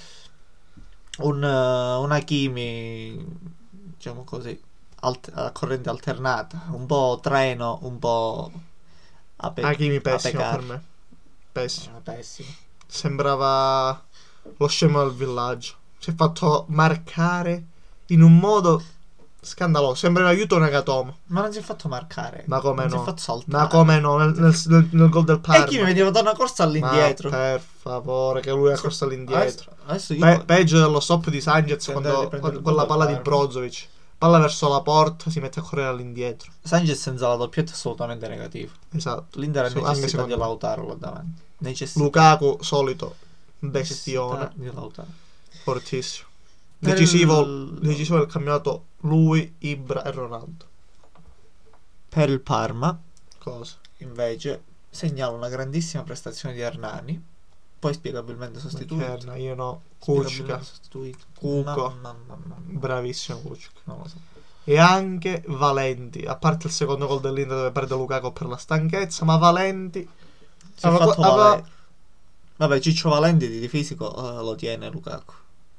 Un, eh, un Hakimi, diciamo così, alt- a corrente alternata, un po' treno, un po' a pe- Hakimi pessimo a pecare. per me. Pessimo. Ah, pessimo. Sembrava lo scemo del villaggio. Si è fatto marcare in un modo scandaloso. Sembra un aiuto Nagatomo. Ma non si è fatto marcare. Ma come non si no? è fatto saltare. Ma come no? Nel, nel, nel, nel gol del E Parma. Hakimi veniva da una corsa all'indietro. Ma per favore, che lui ha corso all'indietro. Adesso, adesso io Pe- peggio dello stop di Sanchez Per quando, andare a prendere quando- il con la gol palla del di Parma. Brozovic. Palla verso la porta, si mette a correre all'indietro. Sanchez senza la doppietta è assolutamente negativo. Esatto. L'Inter ha Su- anche necessità secondo di me. Lautaro là davanti. Necessità, Lukaku, solito bestione, necessità di Lautaro. fortissimo. Per Decisivo, il- decisivo del campionato lui, Ibra e Ronaldo. Per il Parma Cosa? invece segnala una grandissima prestazione di Hernani, poi spiegabilmente sostituito. Perché io no. Kuczka, Spiegabilmente sostituito. Cuco. Mamma, mamma, mamma. bravissimo Kuczka. Non lo so. E anche Valenti, a parte il secondo gol dell'Inter dove perde Lukaku per la stanchezza, ma Valenti Si è aveva- fatto aveva- valere. Vabbè, Ciccio Valenti di fisico eh, lo tiene Lukaku.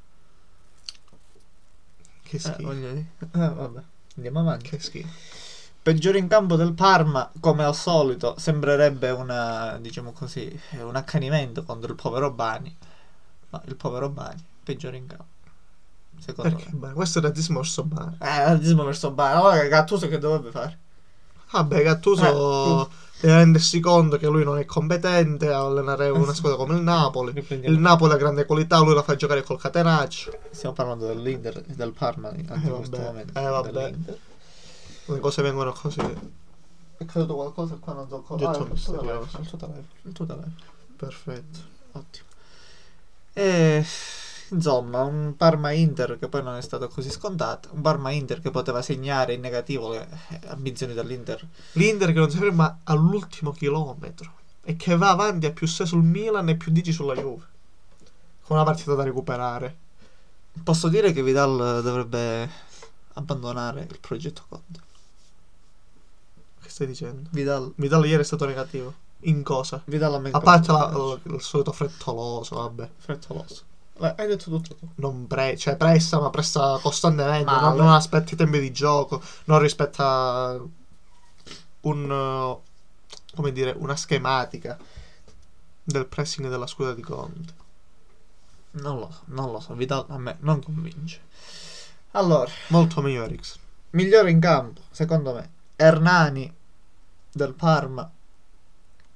che Eh, schifo. voglio dire. Eh, vabbè, andiamo avanti. Che schifo. Peggiore in campo del Parma, come al solito, sembrerebbe una, diciamo così, un accanimento contro il povero Bani. Ma il povero Bani, peggiore in campo. Secondo Perché? me. Beh, questo è razzismo verso Bari. Eh, razzismo verso Bani. Allora Gattuso che dovrebbe fare? Vabbè, Gattuso Eh, deve rendersi conto che lui non è competente a allenare una squadra come il Napoli. Riprendiamo. Il Napoli ha grande qualità, lui la fa giocare col catenaccio. Stiamo parlando dell'Inter e del Parma anche in Eh, questo vabbè. momento. Eh, vabbè. Dell'Inter. Le cose vengono così. È caduto qualcosa qua, non so cosa. Detto Ah, il tuo misterioso. telefono, il tuo telefono, il tuo telefono. Perfetto. Ottimo. E insomma, un Parma-Inter che poi non è stato così scontato. Un Parma-Inter che poteva segnare in negativo le ambizioni dell'Inter. L'Inter che non si ferma all'ultimo chilometro e che va avanti a più sei sul Milan e più dieci sulla Juve. Con una partita da recuperare. Posso dire che Vidal dovrebbe abbandonare il progetto Conte. Che stai dicendo? Vidal, Vidal ieri è stato negativo. In cosa? Vidal a me A parte la- il, il solito frettoloso, vabbè. frettoloso. Beh, hai detto tutto tu. Non pre- cioè pressa, ma pressa costantemente. Male. Non, non aspetta i tempi di gioco. Non rispetta un uh, come dire, una schematica del pressing della squadra di Conte. Non lo so, non lo so. Vidal a me non convince. Allora, Molto meglio Eriksen. migliore in campo, secondo me, Hernani del Parma.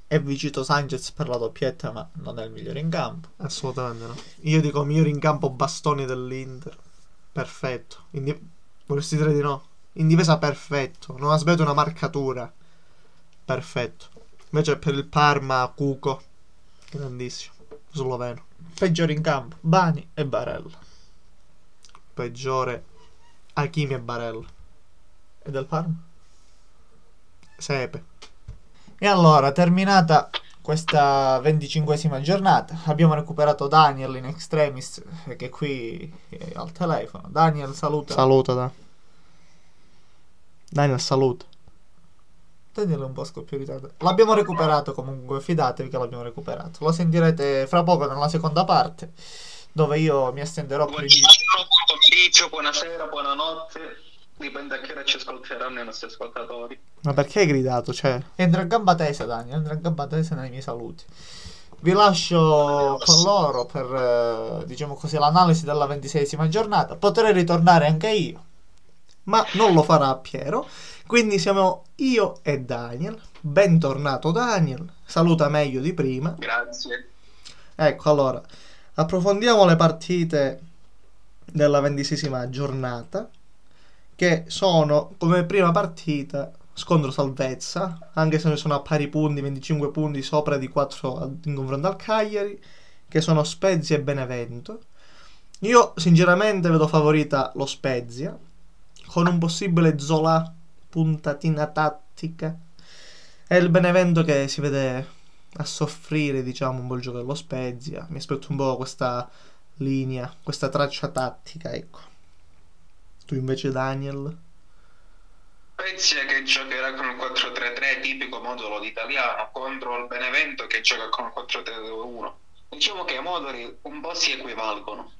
è Vicito Sanchez per la doppietta, ma non è il migliore in campo. Assolutamente no. Io dico migliore in campo Bastoni dell'Inter. Perfetto. In di- Vorresti dire di no? In difesa perfetto. Non ha sbagliato una marcatura. Perfetto. Invece per il Parma, Cuco. Grandissimo. Sloveno. Peggiore in campo, Bani e Barella. Peggiore, Hakimi e Barella. E del Parma? Sepe. E allora, terminata questa venticinquesima giornata, abbiamo recuperato Daniel in extremis, eh, che qui è al telefono. Daniel, saluta. Saluta, da. Daniel, saluta. Daniel è un po' scoppiolitato. L'abbiamo recuperato comunque, fidatevi che l'abbiamo recuperato. Lo sentirete fra poco nella seconda parte, dove io mi estenderò per il... Buongiorno, buon pomeriggio, buonasera, buonanotte. Dipende a che ora ci ascolteranno i nostri ascoltatori. Ma perché hai gridato? Cioè, Entra in gamba tesa, Daniel, entra in gamba tesa nei miei saluti. Vi lascio con loro per, eh, diciamo così, l'analisi della ventiseiesima giornata. Potrei ritornare anche io, ma non lo farà Piero. Quindi siamo io e Daniel. Bentornato Daniel. Saluta meglio di prima. Grazie. Ecco, allora, approfondiamo le partite della ventiseiesima giornata, che sono come prima partita scontro salvezza, anche se ne sono a pari punti, venticinque punti sopra di quattro in confronto al Cagliari, che sono Spezia e Benevento. Io sinceramente vedo favorita lo Spezia, con un possibile Zola puntatina tattica, e il Benevento che si vede a soffrire, diciamo, un po' il gioco dello Spezia. Mi aspetto un po' questa linea, questa traccia tattica, ecco. Tu invece, Daniel? Spezia che giocherà con il quattro tre tre, tipico modulo d'italiano, contro il Benevento che gioca con il quattro tre due uno. Diciamo che i moduli un po' si equivalgono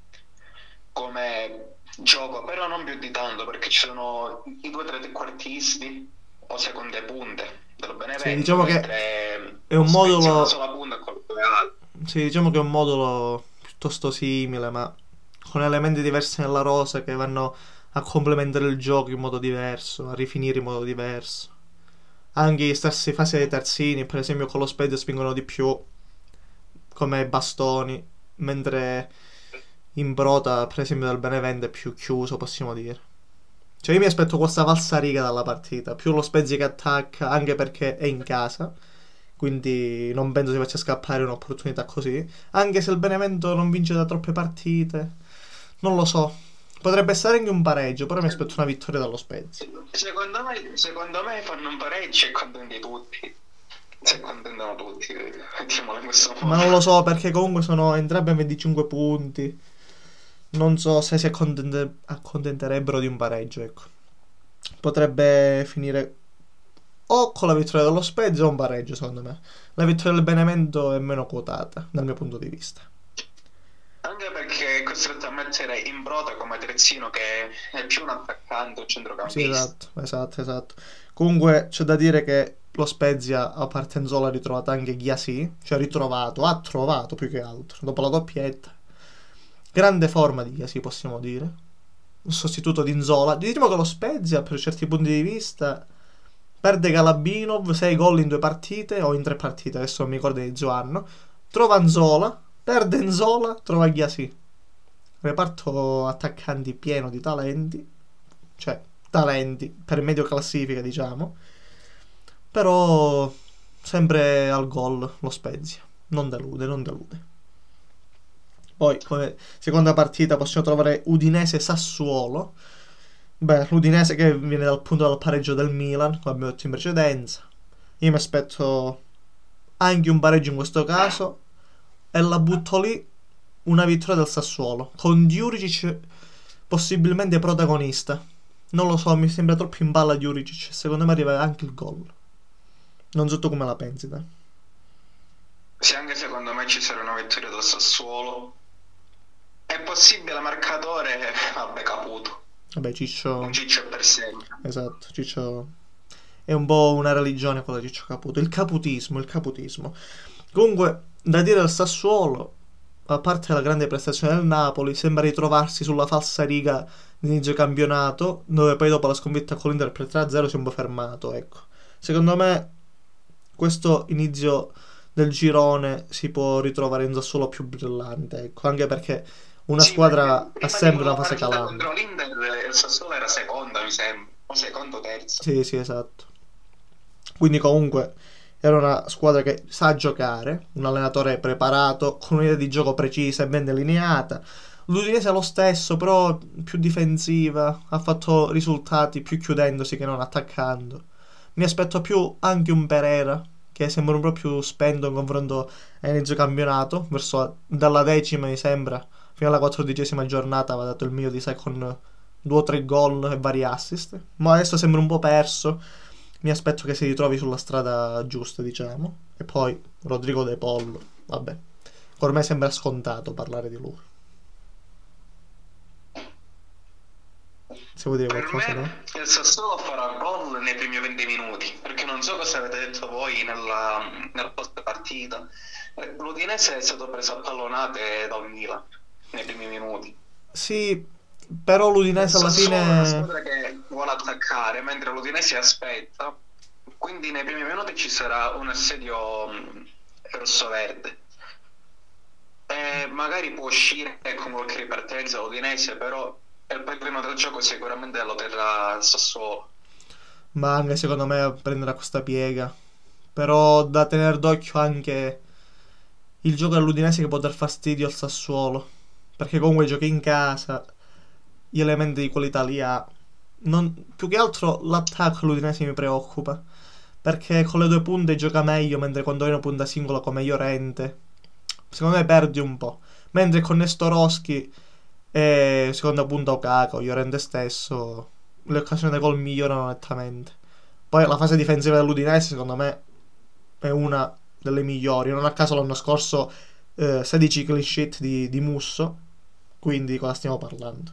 come gioco, però non più di tanto, perché ci sono i due trequartisti o seconde punte del Benevento. Sì, diciamo che è un modulo... una sola punta con sì, diciamo che è un modulo piuttosto simile, ma con elementi diversi nella rosa che vanno a complementare il gioco in modo diverso, a rifinire in modo diverso. Anche gli stessi fasi dei terzini, per esempio con lo Spezia spingono di più, come Bastoni, mentre in Brota, per esempio, del Benevento è più chiuso, possiamo dire. Cioè io mi aspetto questa falsariga dalla partita, più lo Spezia che attacca, anche perché è in casa, quindi non penso si faccia scappare un'opportunità così, anche se il Benevento non vince da troppe partite, non lo so. Potrebbe stare anche un pareggio, però mi aspetto una vittoria dallo Spezia. Secondo me, secondo me fanno un pareggio e contenti tutti. Se contentano tutti, mettiamola in questo modo. Ma non lo so, perché comunque sono entrambi a venticinque punti. Non so se si accontente- accontenterebbero di un pareggio, ecco. Potrebbe finire o con la vittoria dello Spezia o un pareggio, secondo me. La vittoria del Benevento è meno quotata, dal mio punto di vista. Anche perché è costretto a mettere in Brota come terzino, che è più un attaccante, un centrocampista. Sì, esatto, esatto, esatto. Comunque c'è da dire che lo Spezia a Partenzola ha ritrovato anche Ghiasì, cioè ha ritrovato, ha trovato più che altro, dopo la doppietta. Grande forma di Ghiasì, possiamo dire. Un sostituto di Nzola. Diciamo che lo Spezia, per certi punti di vista, perde Galabinov, sei gol in due partite, o in tre partite, adesso non mi ricordo inizio anno. Trova Nzola, perde Nzola, trova Ghiasì. Reparto attaccanti pieno di talenti, cioè talenti per medio classifica, diciamo. Però sempre al gol lo Spezia, non delude, non delude. Poi come seconda partita possiamo trovare Udinese-Sassuolo. Beh, l'Udinese che viene dal punto del pareggio del Milan, come abbiamo detto in precedenza. Io mi aspetto anche un pareggio in questo caso, e la butto lì, una vittoria del Sassuolo, con Djuricic possibilmente protagonista. Non lo so, mi sembra troppo in palla Djuricic, secondo me arriva anche il gol. Non so tu come la pensi, dai. Sì, anche secondo me ci sarà una vittoria del Sassuolo. È possibile marcatore, vabbè, Caputo. Vabbè, Ciccio... Un Ciccio per sempre. Esatto, Ciccio... È un po' una religione quella di Ciccio Caputo. Il caputismo, il caputismo. Comunque, da dire al Sassuolo, a parte la grande prestazione del Napoli, sembra ritrovarsi sulla falsa riga di inizio campionato, dove poi dopo la sconfitta con l'Inter per tre a zero si è un po' fermato, ecco. Secondo me, questo inizio del girone si può ritrovare in Sassuolo più brillante, ecco, anche perché una Sì, squadra perché ha prima sempre di una quella fase partita calante. contro l'Inter il Sassuolo era seconda, mi sembra, o secondo terzo. Sì, sì, esatto. Quindi comunque era una squadra che sa giocare, un allenatore preparato, con un'idea di gioco precisa e ben delineata. L'Udinese è lo stesso, però più difensiva, ha fatto risultati più chiudendosi che non attaccando. Mi aspetto più anche un Pereira, che sembra un po' più spento in confronto all'inizio campionato, verso dalla decima mi sembra, fino alla quattordicesima giornata aveva dato il mio di sé con due o tre gol e vari assist, ma adesso sembra un po' perso. Mi aspetto che si ritrovi sulla strada giusta, diciamo. E poi Rodrigo De Paul, vabbè, ormai sembra scontato parlare di lui. Se vuoi dire Per qualcosa, no? me il Sassuolo farà gol nei primi venti minuti, perché non so cosa avete detto voi nella, nel post partita. Eh, L'Udinese è stato preso a pallonate dal Milan nei primi minuti. Sì, però Il l'Udinese alla Sassuolo è una fine... squadra che vuole attaccare, mentre l'Udinese aspetta. Quindi nei primi minuti ci sarà un assedio mh, rosso-verde. E magari può uscire con qualche ripartenza l'Udinese, però il padrino del gioco sicuramente lo terrà il Sassuolo. Ma anche secondo me prenderà questa piega. Però da tenere d'occhio anche il gioco dell'Udinese che può dar fastidio al Sassuolo. Perché comunque giochi in casa, gli elementi di qualità li ha. Non- più che altro l'attacco all'Udinese mi preoccupa. Perché con le due punte gioca meglio, mentre quando hai una punta singola come Llorente, secondo me perdi un po'. Mentre con Nestorowski e seconda punta Okaka o Llorente stesso, le occasioni da gol migliorano nettamente. Poi la fase difensiva dell'Udinese secondo me è una delle migliori. Non a caso l'anno scorso eh, sedici clean sheet di, di Musso, quindi di cosa stiamo parlando?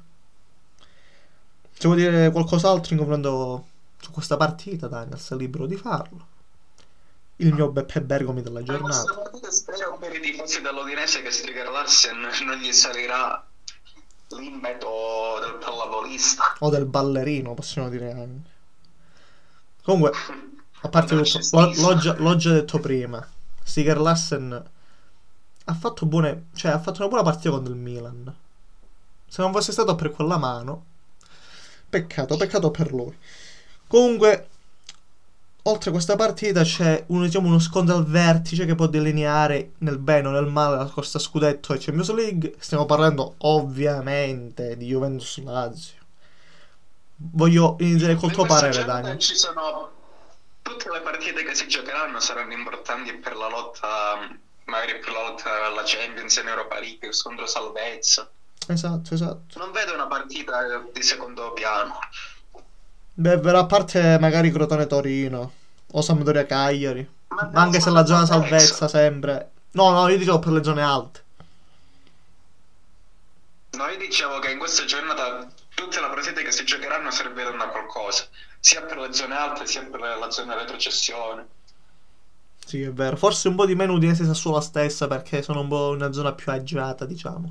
Se vuoi dire qualcos'altro in confronto su questa partita, Daniel, sei libero di farlo. Il mio Beppe Bergomi della Per questa giornata. partita spero per i tifosi dell'Udinese che Striker Larsen non gli salirà l'impeto del pallavolista. O del ballerino, possiamo dire anche. Comunque, a parte Del tutto, l'ho, cestista. l'ho già, l'ho già detto prima, Stiger Lassen ha fatto buone, cioè ha fatto una buona partita contro il Milan. Se non fosse stato per quella mano, peccato, peccato per lui. Comunque, oltre a questa partita c'è uno, diciamo, uno scontro al vertice che può delineare nel bene o nel male la corsa a scudetto e Champions League. Stiamo parlando ovviamente di Juventus Lazio. Voglio iniziare col In tuo questa parere, giornata Daniel. ci sono tutte le partite che si giocheranno saranno importanti per la lotta, magari per la lotta alla Champions in Europa League, scontro salvezza. Esatto, esatto. Non vedo una partita di secondo piano. Beh, verrà a parte magari Crotone Torino o Sampdoria Cagliari. Ma Ma anche se la zona salvezza salvezza. sempre. No, no, io dicevo per le zone alte. No, io dicevo che in questa giornata tutte le partite che si giocheranno serviranno a qualcosa, sia per le zone alte sia per la zona retrocessione. Sì, è vero. Forse un po' di meno Udinese Sassuolo stessa perché sono un po' in una zona più agiata, diciamo.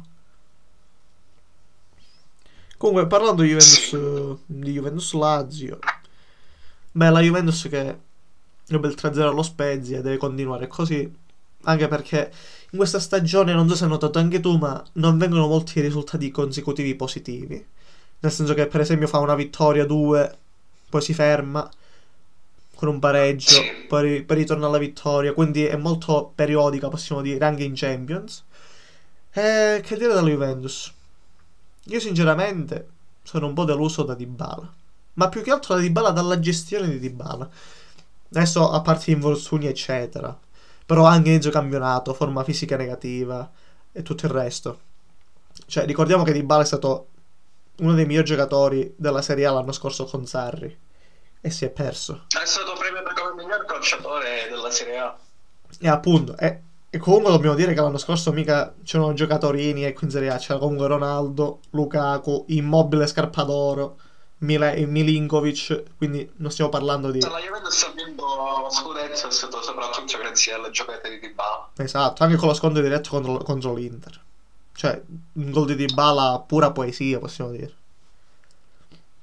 Comunque, parlando di Juventus, di Juventus Lazio, beh, la Juventus che ebbe il tre a zero allo Spezia deve continuare così, anche perché in questa stagione, non so se hai notato anche tu, ma non vengono molti risultati consecutivi positivi. Nel senso che, per esempio, fa una vittoria, due, poi si ferma con un pareggio, Sì. poi, poi ritorna alla vittoria, quindi è molto periodica, possiamo dire, anche in Champions. E che dire della Juventus? Io sinceramente sono un po' deluso da Dybala, ma più che altro da Dybala, dalla gestione di Dybala. Adesso a parte gli infortuni eccetera, però anche inizio campionato, forma fisica negativa e tutto il resto. Cioè, ricordiamo che Dybala è stato uno dei migliori giocatori della Serie A l'anno scorso con Sarri e si è perso. È stato premiato come miglior calciatore della Serie A. E appunto, e, e comunque dobbiamo dire che l'anno scorso mica c'erano giocatorini, ecco, in Serie A c'era comunque Ronaldo, Lukaku, Immobile, Scarpadoro, Mile- Milinkovic, quindi non stiamo parlando di... La Juventus ha vinto lo scudetto è stato soprattutto grazie alle giocate di Dybala. Esatto, anche con lo scontro diretto contro, contro l'Inter. Cioè, un gol di Dybala pura poesia, possiamo dire.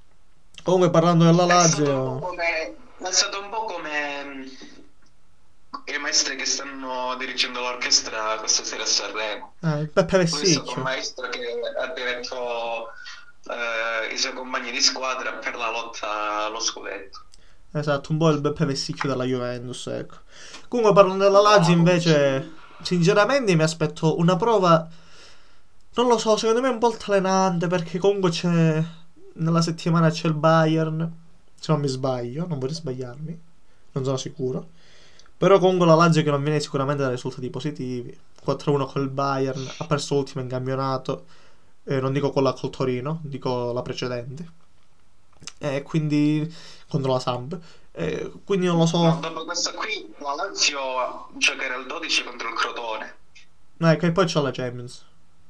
Comunque, parlando della È stato un po' Lazio... come, è stato un po' come i maestri che stanno dirigendo l'orchestra questa sera a Sanremo. Ah, il Beppe Lui è stato un Vessicchio. maestro che ha diretto eh, i suoi compagni di squadra per la lotta allo scudetto. Esatto, un po' il Beppe Vessicchio della Juventus, ecco. Comunque parlando della Lazio invece, sinceramente mi aspetto una prova, non lo so, secondo me un po' altalenante, perché comunque c'è, nella settimana c'è il Bayern, se non mi sbaglio, non vorrei sbagliarmi, non sono sicuro. Però comunque la Lazio che non viene sicuramente da risultati positivi, quattro a uno col Bayern, ha perso l'ultima in campionato, eh, non dico quella col Torino, dico la precedente. E quindi contro la Samp. E quindi non lo No, so. dopo questa qui la Lazio giocherà il dodici contro il Crotone. Ecco, e poi c'è la Champions.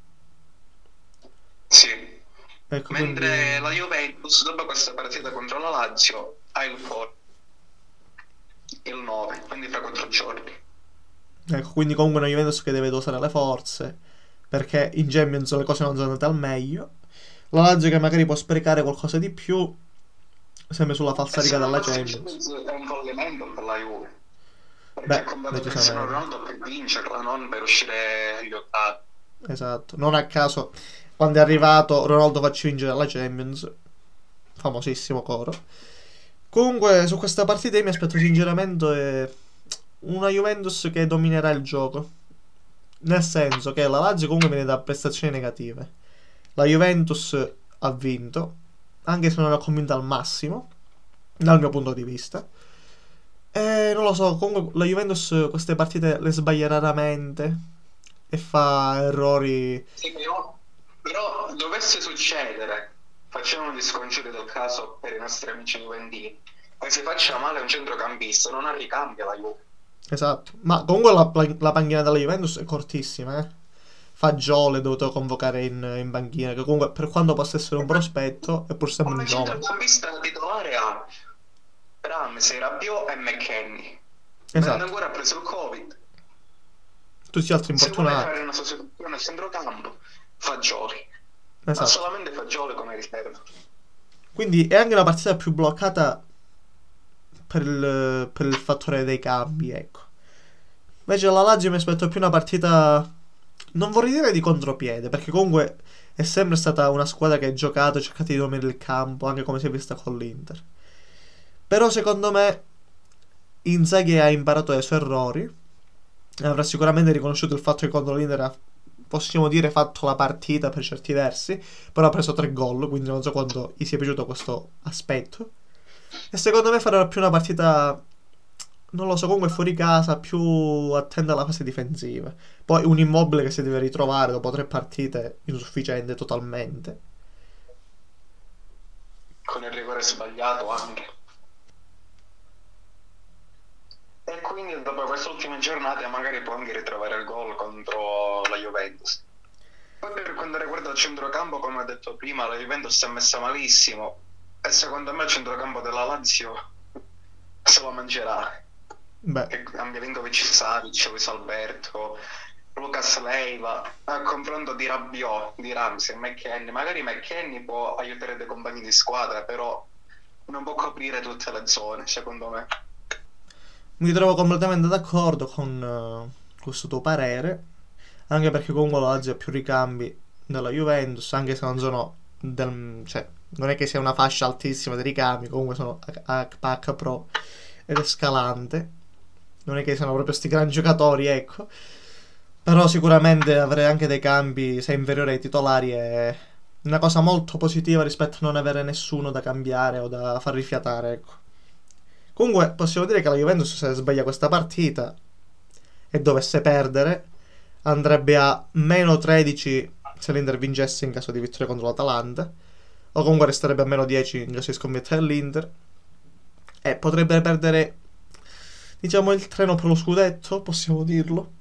Sì. Ecco, Mentre quindi... la Juventus dopo questa partita contro la Lazio ha il Porto il nove, quindi fra quattro giorni. Ecco, quindi comunque una Juventus che deve dosare le forze, perché in Champions le cose non sono andate al meglio. La Lazio che magari può sprecare qualcosa di più, sempre sulla E falsariga se non della fosse Champions. è un fallimento per la Juve. Perché Beh, ha comprato Cristiano decisamente. Ronaldo per vincerla, non per uscire agli ottavi. Esatto. Non a caso, quando è arrivato Ronaldo facci vincere la Champions, famosissimo coro. Comunque, su questa partita io mi aspetto sinceramente una Juventus che dominerà il gioco. Nel senso che la Lazio comunque viene da prestazioni negative. La Juventus ha vinto, anche se non ha convinto al massimo, dal mio punto di vista. E non lo so, comunque la Juventus queste partite le sbaglia raramente e fa errori. Sì, però, però dovesse succedere, facciamo gli scongiuri del caso per i nostri amici juventini, che si faccia male un centrocampista, non ha ricambio la Juve. Esatto. Ma comunque la, la- la panchina della Juventus è cortissima, eh. Fagioli è dovuto convocare in, in panchina, che comunque per quanto possa essere un prospetto è pur sempre un Come giovane. centrocampista titolare ha Ramsey, Rabiot e McKennie. Mentre Esatto. ancora ha preso il Covid. Tutti gli altri Se vuole infortunati. fare una sostituzione al centrocampo, Fagioli. Ma Esatto. solamente Fagioli come riserva. Quindi è anche la partita più bloccata per il, per il fattore dei cambi, ecco. Invece la Lazio mi aspetto più una partita, non vorrei dire di contropiede, perché comunque è sempre stata una squadra che ha giocato, ha cercato di dominare il campo, anche come si è vista con l'Inter. Però secondo me Inzaghi ha imparato dai suoi errori e avrà sicuramente riconosciuto il fatto che contro l'Inter ha, possiamo dire, fatto la partita per certi versi, però ha preso tre gol, quindi non so quanto gli sia piaciuto questo aspetto. E secondo me farà più una partita, non lo so, comunque fuori casa, più attenta alla fase difensiva. Poi un Immobile che si deve ritrovare dopo tre partite insufficiente totalmente. Con il rigore sbagliato anche. E quindi dopo queste ultime giornate magari può anche ritrovare il gol contro la Juventus. Poi per quanto riguarda il centrocampo, come ho detto prima, la Juventus è messa malissimo e secondo me il centrocampo della Lazio se lo mangerà. Beh, Che cambia Vinkovic, Savic, Luis Alberto, Lucas Leiva, a confronto di Rabiot, di Ramsey, McKennie. Magari McKennie può aiutare dei compagni di squadra, però non può coprire tutte le zone, secondo me. mi trovo completamente d'accordo con eh, questo tuo parere, anche perché comunque la Lazio ha più ricambi della Juventus, anche se non sono del, cioè, non è che sia una fascia altissima di ricambi, comunque sono H P H Pro ed Escalante, non è che siano proprio sti gran giocatori, ecco. Però sicuramente avere anche dei cambi, se inferiori ai titolari, è una cosa molto positiva rispetto a non avere nessuno da cambiare o da far rifiatare, ecco. Comunque possiamo dire che la Juventus, se sbaglia questa partita e dovesse perdere, andrebbe a meno tredici se l'Inter vincesse in caso di vittoria contro l'Atalanta, o comunque resterebbe a meno dieci in caso di sconfitta dell'Inter, e potrebbe perdere, diciamo, il treno per lo scudetto, possiamo dirlo.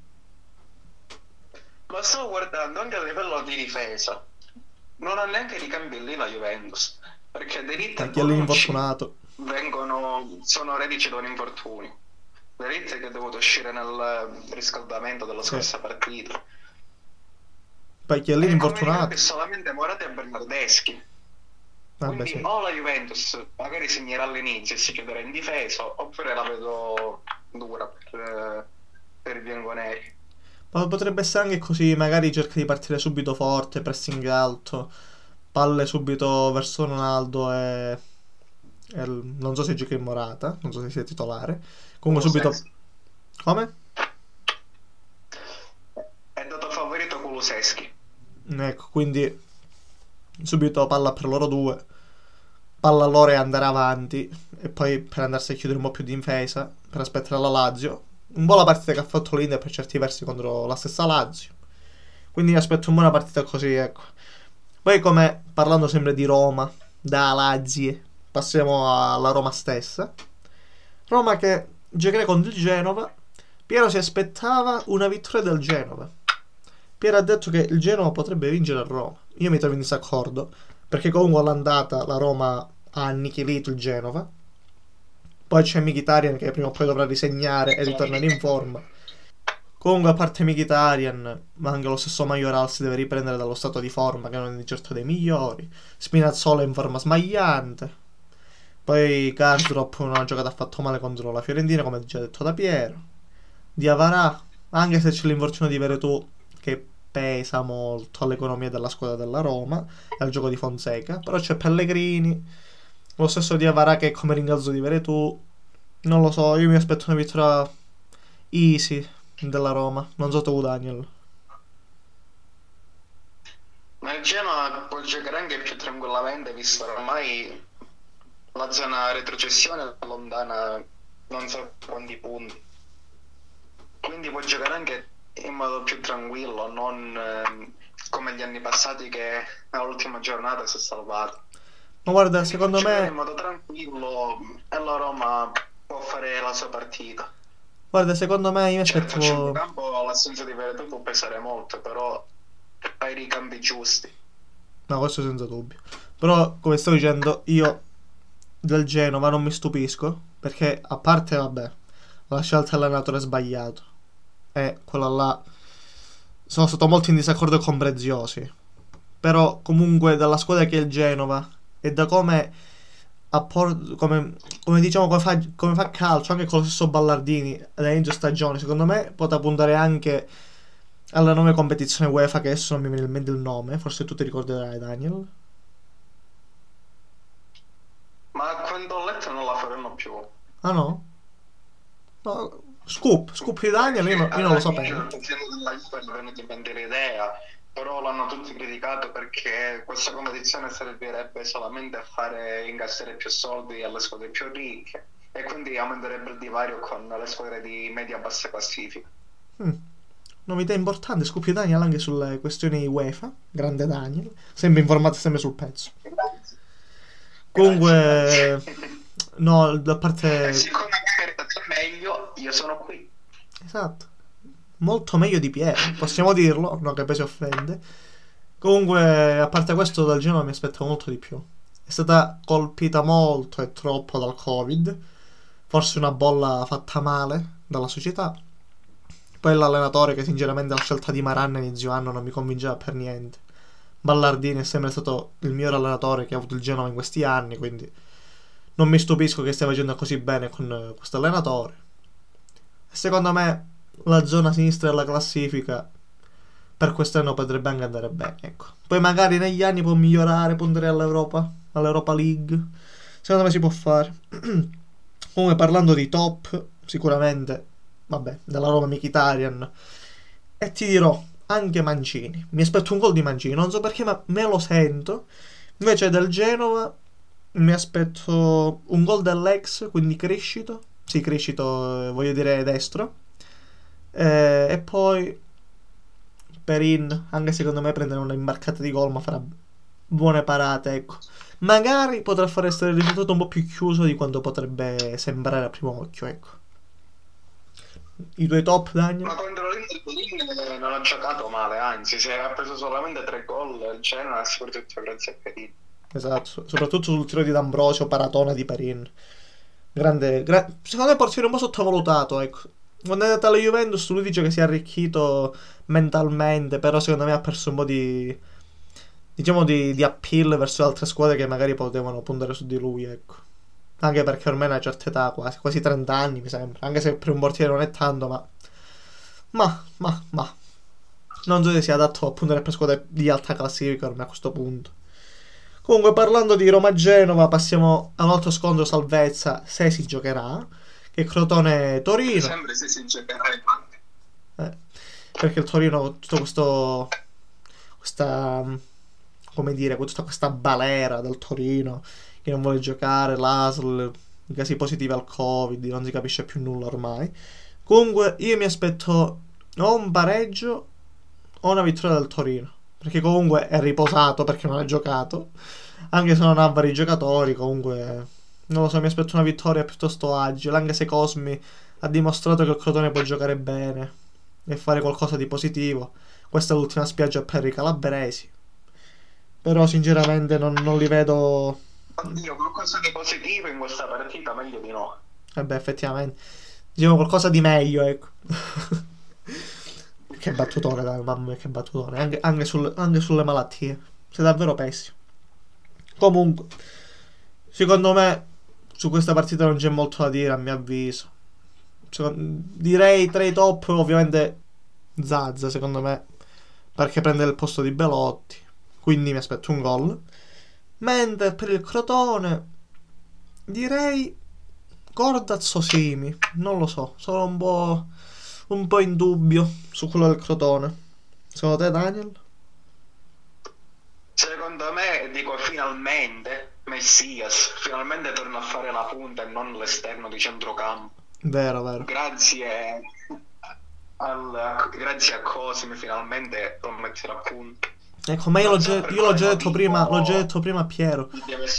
Ma stavo guardando anche a livello di difesa. Non ha neanche ricambi lì la Juventus, perché De Ligt e Perché è lì Bonucci infortunato. vengono, sono reduci da un infortunio. De Ligt che è dovuto uscire nel riscaldamento della scorsa partita. Perché è lì E come infortunato. ricambi solamente Morata e Bernardeschi. Vabbè, Quindi sì. o la Juventus magari segnerà all'inizio e si chiuderà in difesa, oppure la vedo dura per, eh, per i bianconeri. Ma potrebbe essere anche così, magari cerca di partire subito forte, pressing alto, palle subito verso Ronaldo e, e il- non so se gioca in Morata, non so se sia titolare. Comunque subito... Kulusevski. Come? È dato favorito Kulusevski. Ecco, quindi subito palla per loro due, palla a loro e andare avanti e poi per andarsi a chiudere un po' più di difesa, per aspettare la Lazio. Un po' la partita che ha fatto l'Inter per certi versi contro la stessa Lazio. Quindi mi aspetto una buona partita così, ecco. Poi come, parlando sempre di Roma, da Lazio, passiamo alla Roma stessa. Roma che giocherà contro il Genova. Piero si aspettava una vittoria del Genova. Piero ha detto che il Genova potrebbe vincere a Roma. Io mi trovo in disaccordo, perché comunque all'andata la Roma ha annichilito il Genova. Poi c'è Mkhitaryan che prima o poi dovrà risegnare e ritornare in forma. Comunque a parte Mkhitaryan, ma anche lo stesso Majoral si deve riprendere dallo stato di forma che non è di certo dei migliori. Spinazzola è in forma smagliante. Poi Karsdorp una giocata ha fatto male contro la Fiorentina, come già detto da Piero. Diavara, anche se c'è l'infortunio di Veretù che pesa molto all'economia della squadra della Roma e al gioco di Fonseca, però c'è Pellegrini, lo stesso Diavara che è come ringrazio di Veretù. Non lo so, io mi aspetto una vittoria easy della Roma, non so tu Daniel. Ma il Genoa può giocare anche più tranquillamente, visto che ormai la zona retrocessione è lontana non so quanti punti. Quindi può giocare anche in modo più tranquillo, non ehm, come gli anni passati che all'ultima giornata si è salvato. Ma guarda, Quindi secondo può giocare me in modo tranquillo e la Roma può fare la sua partita. guarda, secondo me io mi Certo, a aspettavo centrocampo l'assenza di Veretù può pesare molto, però hai i ricambi giusti. no, questo senza dubbio. Però, come stavo dicendo, io del Genova non mi stupisco, perché a parte, vabbè, la scelta dell'allenatore è sbagliato. E quella là sono stato molto in disaccordo con Preziosi. Però comunque dalla squadra che è il Genova e da come appor- come, come diciamo come fa, come fa calcio anche con lo stesso Ballardini all'inizio stagione, secondo me potrà puntare anche alla nuova competizione UEFA, che adesso non mi viene in mente il nome, forse tu ti ricorderai Daniel. Ma a quanto ho letto non la faranno più. Ah no? No, scoop, scoop di Daniel, io, no- io non lo sapevo. Il presidente della Juve è venuto in mente l'idea, però l'hanno tutti criticato perché questa competizione servirebbe solamente a fare incassare più soldi alle squadre più ricche e quindi aumenterebbe il divario con le squadre di media-bassa classifica. Mm. Novità importante, scoop di Daniel anche sulle questioni UEFA, grande Daniel, sempre informato, sempre sul pezzo. Grazie. Comunque, Grazie. no, da parte... E siccome magari è meglio, io sono qui. Esatto. Molto meglio di Piero, possiamo dirlo, non che poi si offende. Comunque, a parte questo, dal Genoa mi aspettavo molto di più. È stata colpita molto e troppo dal Covid. Forse una bolla fatta male dalla società. Poi l'allenatore che sinceramente la scelta di Maranna inizio anno non mi convinceva per niente. Ballardini è sempre stato il miglior allenatore che ha avuto il Genova in questi anni, quindi non mi stupisco che stia facendo così bene con questo allenatore. E secondo me la zona sinistra della classifica per quest'anno potrebbe anche andare bene, ecco. Poi magari negli anni può migliorare, puntare all'Europa, all'Europa League. Secondo me si può fare. Comunque parlando di top, sicuramente, vabbè, della Roma Mkhitaryan. E ti dirò, anche Mancini. Mi aspetto un gol di Mancini, non so perché, ma me lo sento. Invece del Genova mi aspetto un gol dell'ex, quindi Crescito. Sì, Crescito, eh, voglio dire destro. Eh, e poi Perin, anche secondo me prendere una imbarcata di gol, ma farà buone parate, ecco. Magari potrà far essere il risultato un po' più chiuso di quanto potrebbe sembrare a primo occhio, ecco. I tuoi top, Daniel? Ma contro l'Inter Perin non ha giocato male, anzi, se ha preso solamente tre gol, il Genoa soprattutto grazie a Perin. Esatto, soprattutto sul tiro di D'Ambrosio, paratona di Perin. Grande, gra- secondo me portiere un po' sottovalutato, ecco. Quando è andata alla Juventus lui dice che si è arricchito mentalmente, però secondo me ha perso un po' di, diciamo, di, di appeal verso altre squadre che magari potevano puntare su di lui, ecco. Anche perché ormai è una certa età, quasi, quasi trenta anni mi sembra. Anche se per un portiere non è tanto, ma... Ma, ma, ma... Non so se sia adatto a puntare per squadre di alta classifica ormai a questo punto. Comunque, parlando di Roma-Genova, passiamo a un altro scontro salvezza, se si giocherà, che è Crotone-Torino. Sempre se si giocherà, infatti. Eh, perché il Torino, tutto questo... Questa... Come dire, tutta questa balera del Torino che non vuole giocare, l'A S L, i casi positivi al Covid, non si capisce più nulla ormai. Comunque io mi aspetto o un pareggio o una vittoria del Torino, perché comunque è riposato perché non ha giocato, anche se non ha vari giocatori. Comunque non lo so, mi aspetto una vittoria piuttosto agile, anche se Cosmi ha dimostrato che il Crotone può giocare bene e fare qualcosa di positivo. Questa è l'ultima spiaggia per i calabresi, però sinceramente non, non li vedo. Oddio, qualcosa di positivo in questa partita, meglio di no. E beh, effettivamente diciamo qualcosa di meglio, ecco. Che battutone, dai, mamma mia, che battutone. Anche, anche, sul, anche sulle malattie. Sei davvero pessimo. Comunque, secondo me, su questa partita non c'è molto da dire, a mio avviso. Secondo, direi tra i top, ovviamente, Zaza, secondo me, perché prende il posto di Belotti. Quindi mi aspetto un gol. Mentre per il Crotone, direi Gordaz o Simi. Non lo so, sono un po'... un po' in dubbio su quello del Crotone. Secondo te, Daniel? Secondo me, dico finalmente, Messias, finalmente torna a fare la punta e non l'esterno di centrocampo. Vero, vero. Grazie al, grazie a Cosmi finalmente lo metterà a punto. Ecco, ma io l'ho già, io l'ho già detto prima, l'ho già detto prima a Piero.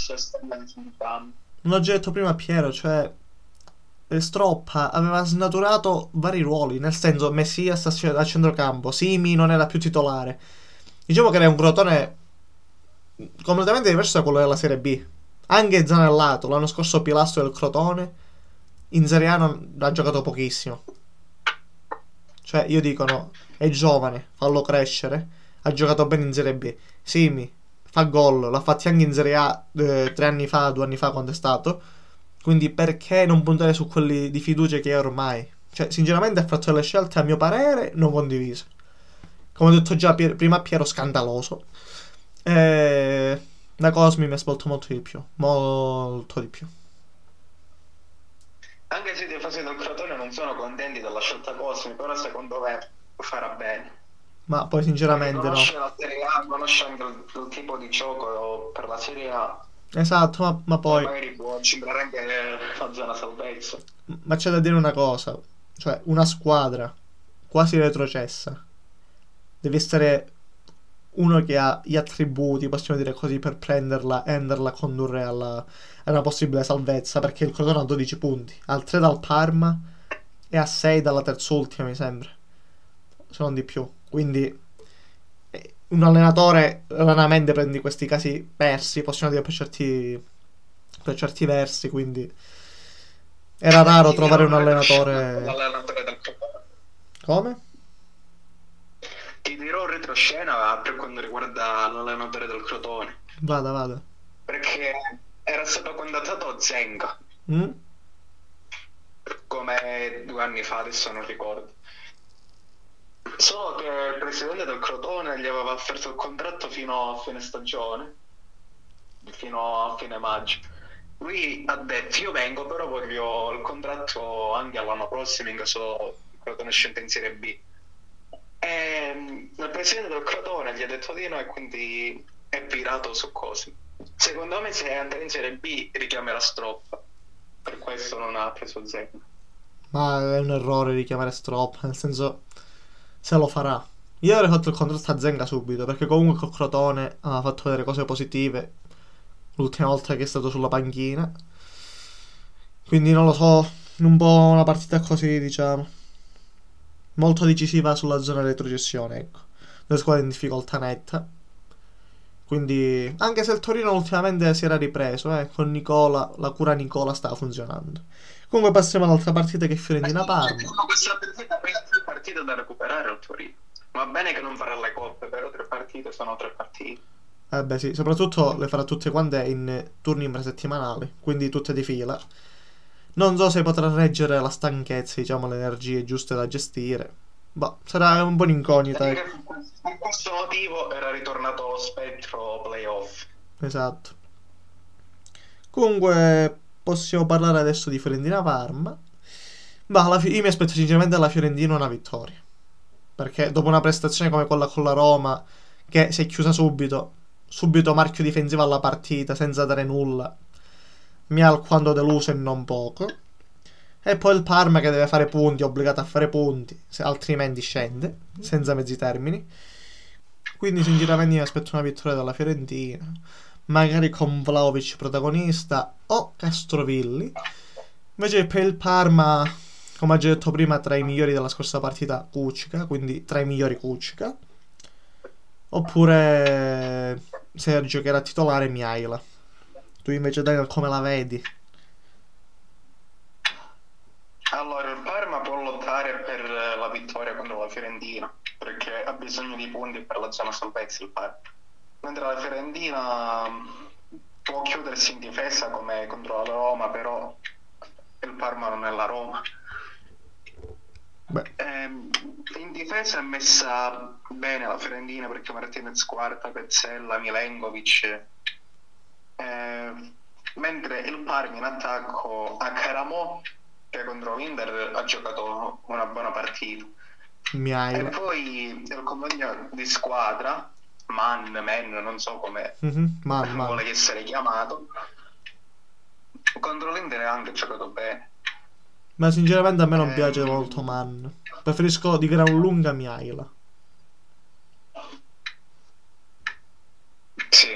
L'ho già detto prima a Piero, cioè Stroppa aveva snaturato vari ruoli, nel senso Messias a centrocampo, Simi non era più titolare. Diciamo che era un Crotone completamente diverso da quello della Serie B. Anche Zanellato, l'anno scorso pilastro del Crotone, in Serie A non ha giocato pochissimo. Cioè, io dico no, è giovane, fallo crescere, ha giocato bene in Serie B. Simi fa gol, l'ha fatti anche in Serie A eh, tre anni fa, due anni fa quando è stato. Quindi perché non puntare su quelli di fiducia che è ormai? Cioè, sinceramente ha fatto delle scelte, a mio parere, non condivise. Come ho detto già Pier- prima a Piero, scandaloso. E... da Cosmi mi aspetto molto di più. Molto di più. Anche se i tifosi del Crotone non sono contenti della scelta Cosmi, però secondo me farà bene. Ma poi sinceramente no. Conosce la Serie A, conosce anche il, il tipo di gioco per la Serie A. Esatto, ma, ma poi... magari può cimbrare anche la zona salvezza. Ma c'è da dire una cosa. Cioè, una squadra quasi retrocessa deve essere uno che ha gli attributi, possiamo dire così, per prenderla e andarla a condurre alla, a una possibile salvezza, perché il Crotone ha dodici punti, ha tre dal Parma e ha sei dalla terzultima, mi sembra, se non di più. Quindi un allenatore raramente prende questi casi persi, possiamo dire per certi per certi versi, quindi era raro trovare un allenatore. L'allenatore del Crotone. Come? Ti dirò retroscena per quanto riguarda l'allenatore del Crotone. Vada, vada. Perché era stato contattato Zenga. Mm? Come due anni fa, adesso non ricordo. Solo che il presidente del Crotone gli aveva offerto il contratto fino a fine stagione, fino a fine maggio. Lui ha detto: io vengo, però voglio il contratto anche all'anno prossimo in caso il Crotone scenda in Serie B. E il presidente del Crotone gli ha detto di no e quindi è virato su cose. Secondo me se andrà in Serie B richiamerà Stroppa, per questo non ha preso Zenga. Ma è un errore richiamare Stroppa, nel senso, se lo farà. Io avrei fatto il contratto a Zenga subito, perché comunque col Crotone ha fatto vedere cose positive l'ultima volta che è stato sulla panchina. Quindi non lo so, un po' una partita così, diciamo, molto decisiva sulla zona retrocessione, ecco. Le squadre in difficoltà netta. Quindi, anche se il Torino ultimamente si era ripreso, eh, con Nicola, la cura Nicola stava funzionando. Comunque passiamo all'altra partita che è Fiorentina-Parma. Questa partita poi ha tre partite da recuperare al Torino. Va bene che non farà le coppe, però tre partite sono tre partite. Eh beh sì, soprattutto le farà tutte quante in turni infrasettimanali, quindi tutte di fila. Non so se potrà reggere la stanchezza, diciamo, le energie giuste da gestire. Boh, sarà un po' un'incognita, Perché ecco. per questo motivo era ritornato lo spettro playoff. Esatto. Comunque, possiamo parlare adesso di Fiorentina-Parma. Ma alla fi- io mi aspetto sinceramente dalla Fiorentina una vittoria. Perché dopo una prestazione come quella con la Roma, che si è chiusa subito, subito marchio difensivo alla partita, senza dare nulla, mi ha alquanto deluso e non poco. E poi il Parma che deve fare punti, è obbligato a fare punti, se altrimenti scende, senza mezzi termini. Quindi sinceramente mi aspetto una vittoria dalla Fiorentina, magari con Vlahovic protagonista o Castrovilli. Invece per il Parma, come ho già detto prima, tra i migliori della scorsa partita Kucka, quindi tra i migliori Kucka. Oppure se giocherà titolare Mihaila. Tu invece Daniel come la vedi? Allora, il Parma può lottare per la vittoria contro la Fiorentina, perché ha bisogno di punti per la zona salvezza il Parma. Mentre la Fiorentina può chiudersi in difesa come contro la Roma, però il Parma non è la Roma. Beh, Ehm, in difesa è messa bene la Fiorentina perché Martinez quarta, Pezzella, Milenkovic. Eh, mentre il Parma in attacco ha Caramò che contro l'Inter ha giocato una buona partita. E Mihaila. poi il compagno di squadra, Man, Man, non so come Mhm, Man, vuole man. essere chiamato, contro l'Inter ha anche giocato bene. Ma sinceramente a me non piace Ehm, molto Man. Preferisco di gran lunga Mihaila. Sì.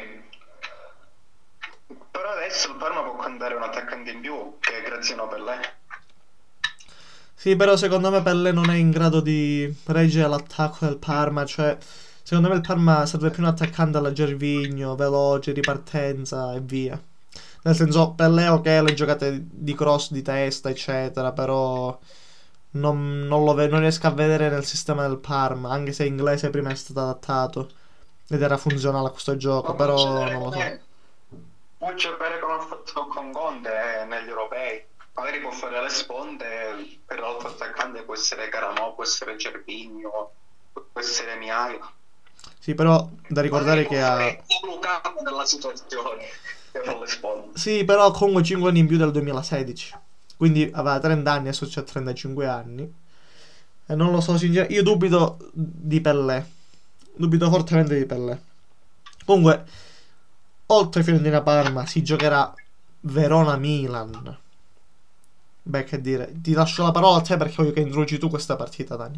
Però adesso il Parma può contare un attaccante in più, che è Graziano Pellè. Sì, però secondo me Pellè non è in grado di reggere l'attacco del Parma. Cioè, secondo me il Parma serve più un attaccante alla Gervinho, veloce, ripartenza e via. Nel senso, Pellè ok, le giocate di cross, di testa, eccetera, però non, non lo ve- non riesco a vedere nel sistema del Parma, anche se inglese prima è stato adattato ed era funzionale a questo gioco, Ma può però giocare non lo so. come, può giocare come ha fatto con Conte eh, negli europei. Magari può fare le sponde, per l'altro attaccante può essere Caramò, può essere Gervinho, può essere Mihaila. Sì, però da Magari ricordare può che ha... fare il Lukaku della situazione per le sponde. Sì, però comunque cinque anni in più del duemilasedici. Quindi aveva trenta anni, adesso c'ha trentacinque anni. E non lo so, sincer- io dubito di Pellè. Dubito fortemente di Pellè. Comunque, oltre Fiorentina Parma, si giocherà Verona-Milan. Beh, che dire, ti lascio la parola a te perché voglio che introduci tu questa partita, Dani.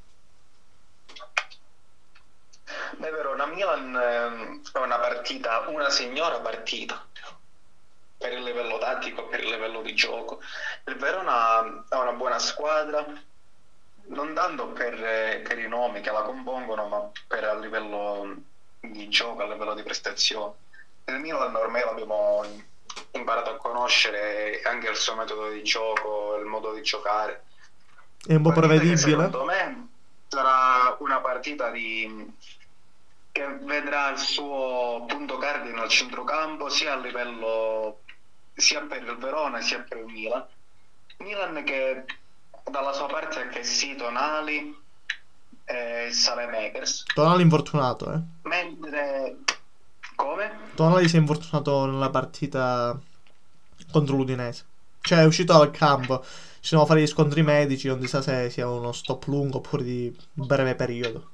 Beh, Verona Milan ehm, è una partita, una signora partita per il livello tattico, per il livello di gioco. Il Verona ha una buona squadra, non tanto per, eh, per i nomi che la compongono, ma per a livello di gioco, a livello di prestazione. Il Milan ormai l'abbiamo imparato a conoscere, anche il suo metodo di gioco, il modo di giocare. È un po' Partita che prevedibile. secondo me sarà una partita di... che vedrà il suo punto cardine al centrocampo sia a livello sia per il Verona sia per il Milan. Milan che dalla sua parte ha Kessie, Tonali e Saelemaekers, Tonali infortunato, eh. mentre come? Tonali si è infortunato nella partita contro l'Udinese. Cioè è uscito dal campo. Ci sono fare gli scontri medici, non si sa se sia uno stop lungo oppure di breve periodo.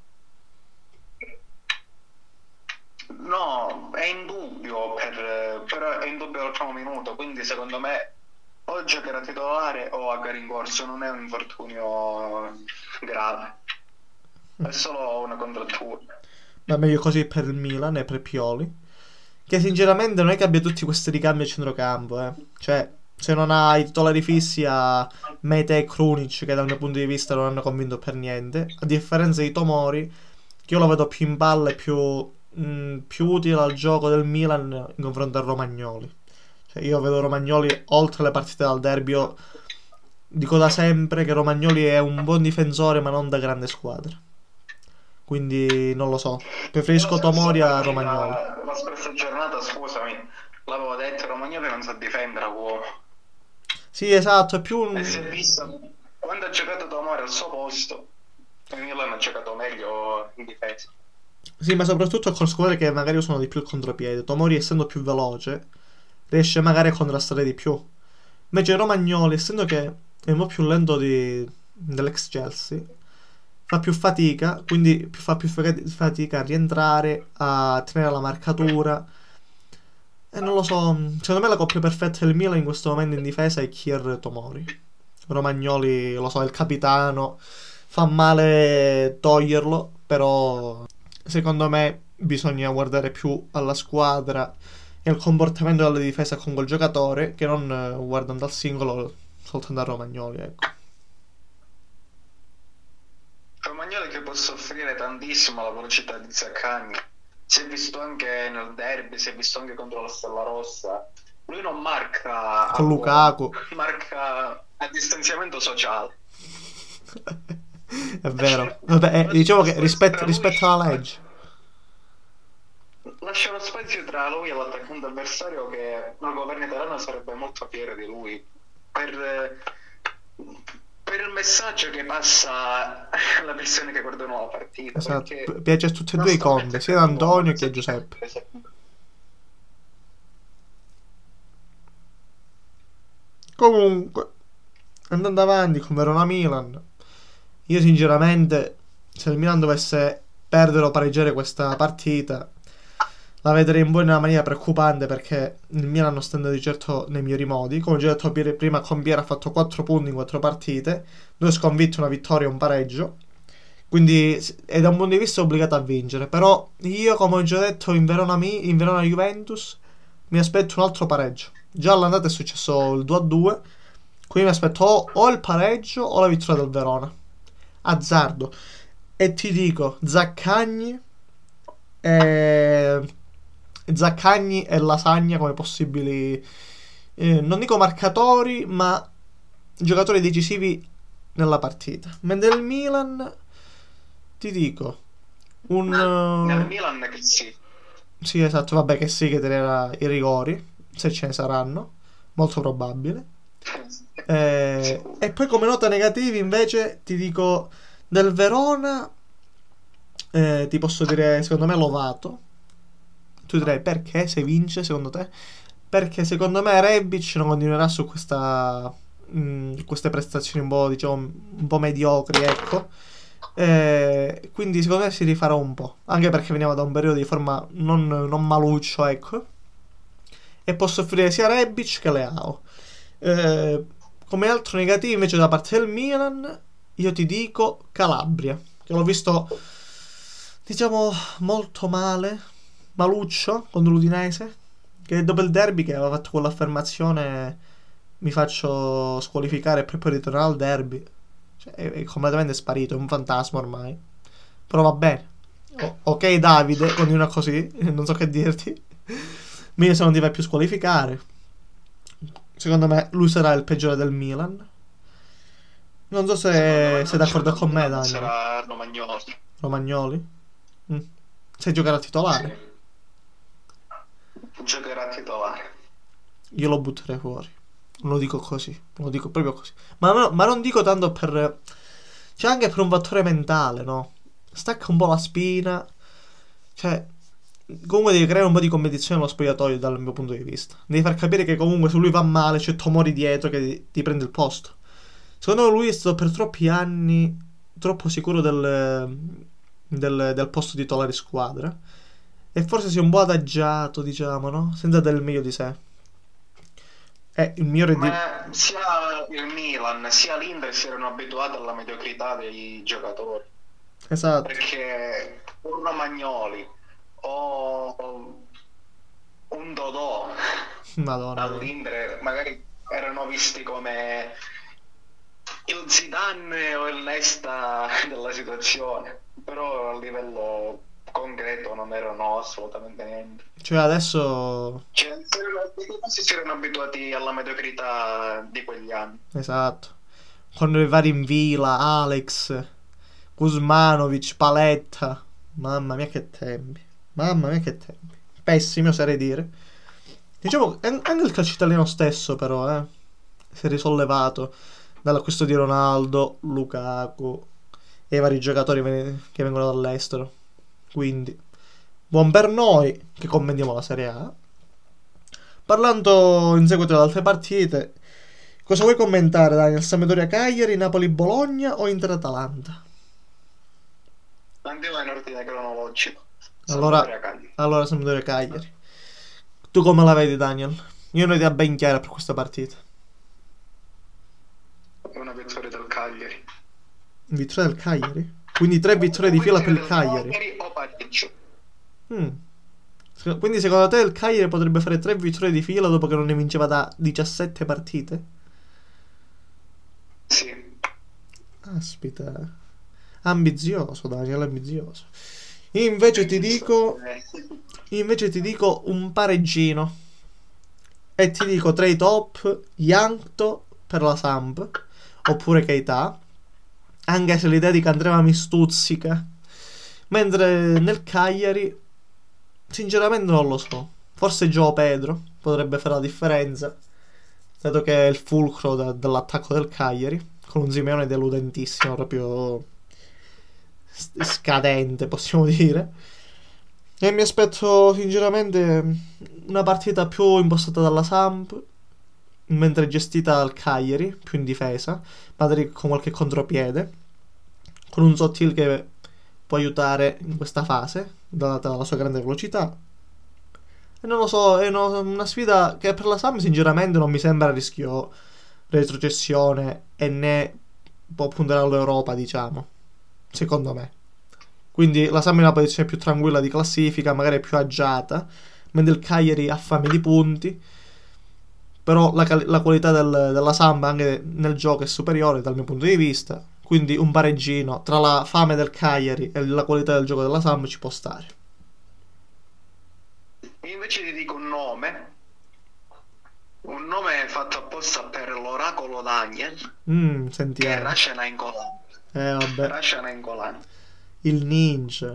No, è in dubbio per, però è in dubbio al primo minuto, quindi secondo me o giocherà titolare o a gara in corso, non è un infortunio grave, è solo una contrattura. Ma meglio così per il Milan e per Pioli. Che sinceramente non è che abbia tutti questi ricambi a centrocampo, eh. Cioè, se non ha i titolari fissi a Mete e Krunic, che dal mio punto di vista non hanno convinto per niente, a differenza di Tomori, che io lo vedo più in palla e più, mh, più utile al gioco del Milan in confronto a Romagnoli. Cioè, io vedo Romagnoli oltre le partite dal derby. Io dico da sempre che Romagnoli è un buon difensore, ma non da grande squadra. quindi non lo so, preferisco Tomori a Romagnoli. La, la scorsa giornata, scusami, l'avevo detto, Romagnoli non sa difendere a uomo. Sì, esatto, è più un... E si è visto, quando ha giocato Tomori al suo posto, il Milan ha giocato meglio in difesa. Sì, ma soprattutto con squadre che magari usano di più il contropiede. Tomori, essendo più veloce, riesce magari a contrastare di più. Invece Romagnoli, essendo che è un po' più lento di... dell'ex Chelsea, fa più fatica, quindi più- fa più fa- fatica a rientrare, a tenere la marcatura. E non lo so, secondo me la coppia perfetta del Milan in questo momento in difesa è Kier Tomori. Romagnoli, lo so, è il capitano, fa male toglierlo, però secondo me bisogna guardare più alla squadra e al comportamento della difesa con quel giocatore che non eh, guardando al singolo soltanto a Romagnoli, ecco. Romagnoli che può soffrire tantissimo la velocità di Zaccagni. Si è visto anche nel derby, si è visto anche contro la Stella Rossa. Lui non marca a Con uomo, Lukaku. marca a distanziamento sociale. È vero. Vabbè, eh, diciamo che rispetto, rispetto alla legge. Lascia lo spazio tra lui e l'attaccante avversario che il governo italiano sarebbe molto fiero di lui per, per il messaggio che passa alle persone che guardano la partita. Esatto. perché Pi- Piace a tutti e non due i sto Conte, sia ad mettendo Antonio uomo, che a Giuseppe. Comunque, andando avanti con Verona Milan, io sinceramente, se il Milan dovesse perdere o pareggiare questa partita, la vedrei un po' in una maniera preoccupante perché il Milan non sta andando di certo nei migliori modi. Come già detto pi- prima, Combiera ha fatto quattro punti in quattro partite, due sconfitte, una vittoria e un pareggio. Quindi s- è da un punto di vista obbligato a vincere. Però io, come ho già detto, in Verona, Mi- in Verona Juventus mi aspetto un altro pareggio. Già all'andata è successo il due a due, quindi mi aspetto o, o il pareggio o la vittoria del Verona. Azzardo. E ti dico, Zaccagni e... Zaccagni e Lasagna come possibili, eh, non dico marcatori, ma giocatori decisivi nella partita. Mentre il Milan, ti dico, un... Nel eh, Milan che sì. sì, esatto, vabbè che sì, che tenerà i rigori, se ce ne saranno, molto probabile. Eh, e poi come nota negativa invece ti dico del Verona, eh, ti posso dire secondo me Lovato. Tu direi perché se vince secondo te? Perché secondo me Rebic non continuerà su questa mh, queste prestazioni un po' diciamo un po' mediocri, ecco. Eh, quindi secondo me si rifarà un po', anche perché veniamo da un periodo di forma non, non maluccio, ecco. E può soffrire sia Rebic che Leao. Eh, come altro negativo invece da parte del Milan, io ti dico Calabria, che l'ho visto diciamo molto male, maluccio contro l'Udinese, che dopo il derby che aveva fatto quell'affermazione mi faccio squalificare e poi poi ritornare al derby, cioè, è, è completamente sparito, è un fantasma ormai, però va bene. O- ok Davide, continua così, non so che dirti. Milan se non ti vai più squalificare, secondo me lui sarà il peggiore del Milan. Non so se sei d'accordo con me, Daniel. Sarà Romagnoli. Romagnoli? Mm. Se giocherà titolare, Giocherà titolare. io lo butterei fuori. Lo dico così, lo dico proprio così. Ma, no- ma non dico tanto per... C'è anche per un fattore mentale, no? Stacca un po' la spina. Cioè, comunque devi creare un po' di competizione nello spogliatoio dal mio punto di vista. Devi far capire che comunque se lui va male c'è Tomori dietro che ti, ti prende il posto. Secondo me lui è stato per troppi anni troppo sicuro del, del, del posto titolare in squadra. E forse si è un po' adagiato, diciamo, no? Senza dare il meglio di sé. E il mio redi... Ma sia il Milan sia l'Inter si erano abituati alla mediocrità dei giocatori. Esatto. Perché un Romagnoli o un Dodò Madonna. all'Inter magari erano visti come il Zidane o il Nesta della situazione, però a livello concreto non erano assolutamente niente. Cioè adesso... Cioè, si erano, si erano abituati alla mediocrità di quegli anni. Esatto. Con i vari in Vila, Alex, Kuzmanovic, Paletta. Mamma mia che tempi. Mamma mia che tempi. Pessimi, oserei dire. Diciamo che anche il calcio italiano stesso però, eh, si è risollevato dall'acquisto di Ronaldo, Lukaku e i vari giocatori ven- che vengono dall'estero. Quindi, buon per noi che commentiamo la Serie A. Parlando in seguito ad altre partite, cosa vuoi commentare, Daniel? Sampdoria Cagliari, Napoli Bologna o Inter Atalanta? Andiamo in ordine cronologico. Allora, Sampdoria Cagliari. allora Sampdoria Cagliari. Tu come la vedi, Daniel? Io ho un'idea ben chiara per questa partita. Una vittoria del Cagliari. Vittoria del Cagliari? Quindi tre vittorie di fila per il Cagliari. O pareggio. Mm. Se- Quindi secondo te il Cagliari potrebbe fare tre vittorie di fila dopo che non ne vinceva da diciassette partite? Sì. Aspetta. Ambizioso, Daniel, ambizioso. Io invece ti dico... Eh, Io invece ti dico un pareggino. E ti dico tra i top Jankto per la Samp. Oppure Keita. Anche se l'idea di Candreva mi stuzzica. Mentre nel Cagliari, sinceramente non lo so. Forse João Pedro potrebbe fare la differenza, dato che è il fulcro da- dell'attacco del Cagliari. Con un Simeone deludentissimo, proprio s- scadente, possiamo dire. E mi aspetto sinceramente una partita più impostata dalla Samp, mentre gestita dal Cagliari, più in difesa, magari con qualche contropiede, con un Sottil che può aiutare in questa fase, data la sua grande velocità. E non lo so, è uno- una sfida che per la Samp sinceramente non mi sembra a rischio retrocessione e né può puntare all'Europa, diciamo, secondo me. Quindi la Samp è in una posizione più tranquilla di classifica, magari più agiata, mentre il Cagliari ha fame di punti. Però la, cal- la qualità del- della Samp anche nel gioco è superiore dal mio punto di vista. Quindi un pareggino tra la fame del Cagliari e la qualità del gioco della Samp ci può stare. Io invece ti dico un nome. Un nome fatto apposta per l'oracolo Daniel. Mm, Che è sentiamo. Rasha Nainggolan. Eh vabbè, Rasha Nainggolan. il ninja.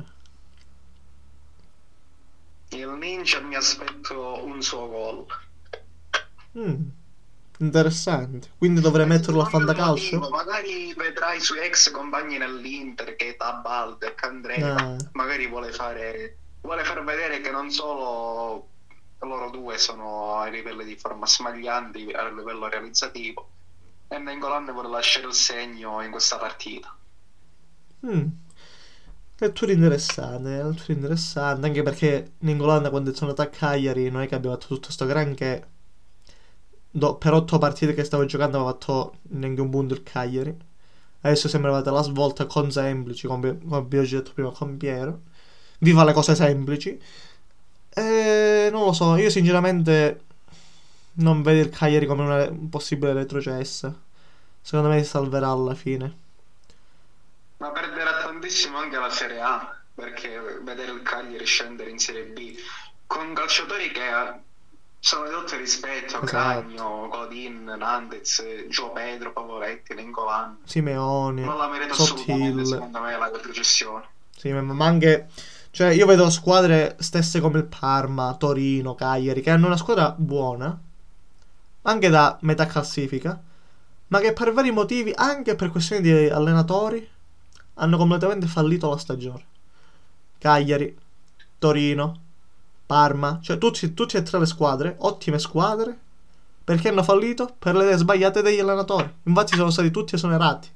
Il Ninja mi aspetto un suo gol. Mm, interessante. Quindi dovrei metterlo a Secondo il fantacalcio? motivo, magari vedrai i suoi ex compagni nell'Inter, che Tabaldo e Candreva. Ah, Magari vuole fare vuole far vedere che non solo loro due sono a livelli di forma smaglianti a livello realizzativo, e Nainggolan vuole lasciare il segno in questa partita. mm. Lettura interessante, lettura interessante, anche perché Nainggolan quando è tornato a Cagliari non è che abbia fatto tutto sto granché. Do- per otto partite che stavo giocando aveva fatto neanche un punto il Cagliari. Adesso sembra arrivata la svolta con semplici, come, come abbiamo già detto prima con Piero. Viva le cose semplici. E non lo so, io sinceramente non vedo il Cagliari come una possibile retrocessa. Secondo me si salverà alla fine. Ma perderà tantissimo anche la Serie A, perché vedere il Cagliari scendere in Serie B con calciatori che sono di tutto rispetto, Esatto. Cragno, Godin, Nandez, João Pedro, Pavoletti, Nainggolan, Simeone, non la merita assolutamente, Sottil. secondo me, la retrocessione. Sì, ma ma anche... Cioè, io vedo squadre stesse come il Parma, Torino, Cagliari, che hanno una squadra buona, anche da metà classifica, ma che per vari motivi, anche per questioni di allenatori, hanno completamente fallito la stagione. Cagliari, Torino, Parma, cioè tutti, tutte e tre le squadre, ottime squadre, perché hanno fallito? Per le idee sbagliate degli allenatori. Infatti sono stati tutti esonerati.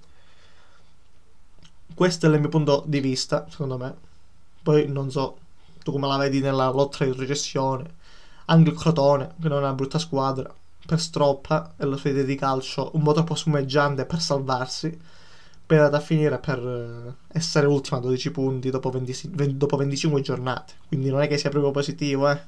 Questo è il mio punto di vista, secondo me. Poi non so tu come la vedi nella lotta di retrocessione. Anche il Crotone, che non è una brutta squadra, per stroppa e le sue idee di calcio un po' troppo spumeggiante per salvarsi, per andare a finire per eh, essere ultima a dodici punti dopo, venti venti dopo venticinque giornate. Quindi non è che sia proprio positivo, eh.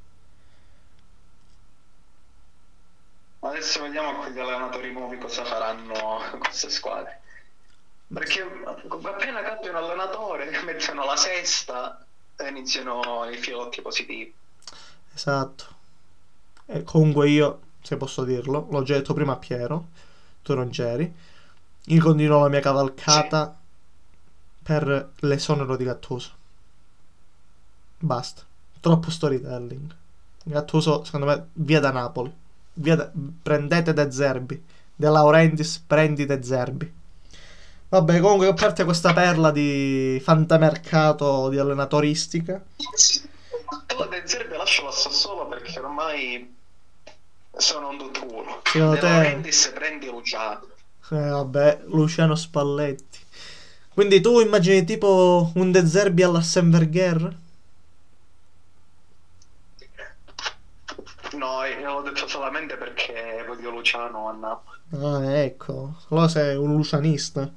Adesso vediamo con gli allenatori nuovi cosa faranno con queste squadre. Perché appena cambiano allenatore, mettono la sesta e iniziano i filotti positivi. Esatto. E comunque io, se posso dirlo, l'ho già detto prima a Piero, tu non c'eri. Io continuo la mia cavalcata per l'esonero di Gattuso. Basta. Troppo storytelling. Gattuso, secondo me, via da Napoli. Via da... Prendete De Zerbi. De Laurentiis, prendi De Zerbi. Vabbè, comunque, a parte questa perla di fantamercato di allenatoristica. Tu De Zerbi lascialo a Sassuolo perché ormai sono un tutt'uno. Secondo De te... Laurentiis prendi Luciano. Eh, vabbè, Luciano Spalletti. Quindi tu immagini tipo un De Zerbi all'Arsène Wenger? No, io l'ho detto solamente perché voglio Luciano a Napoli. Ah, ecco. Allora sei un lucianista.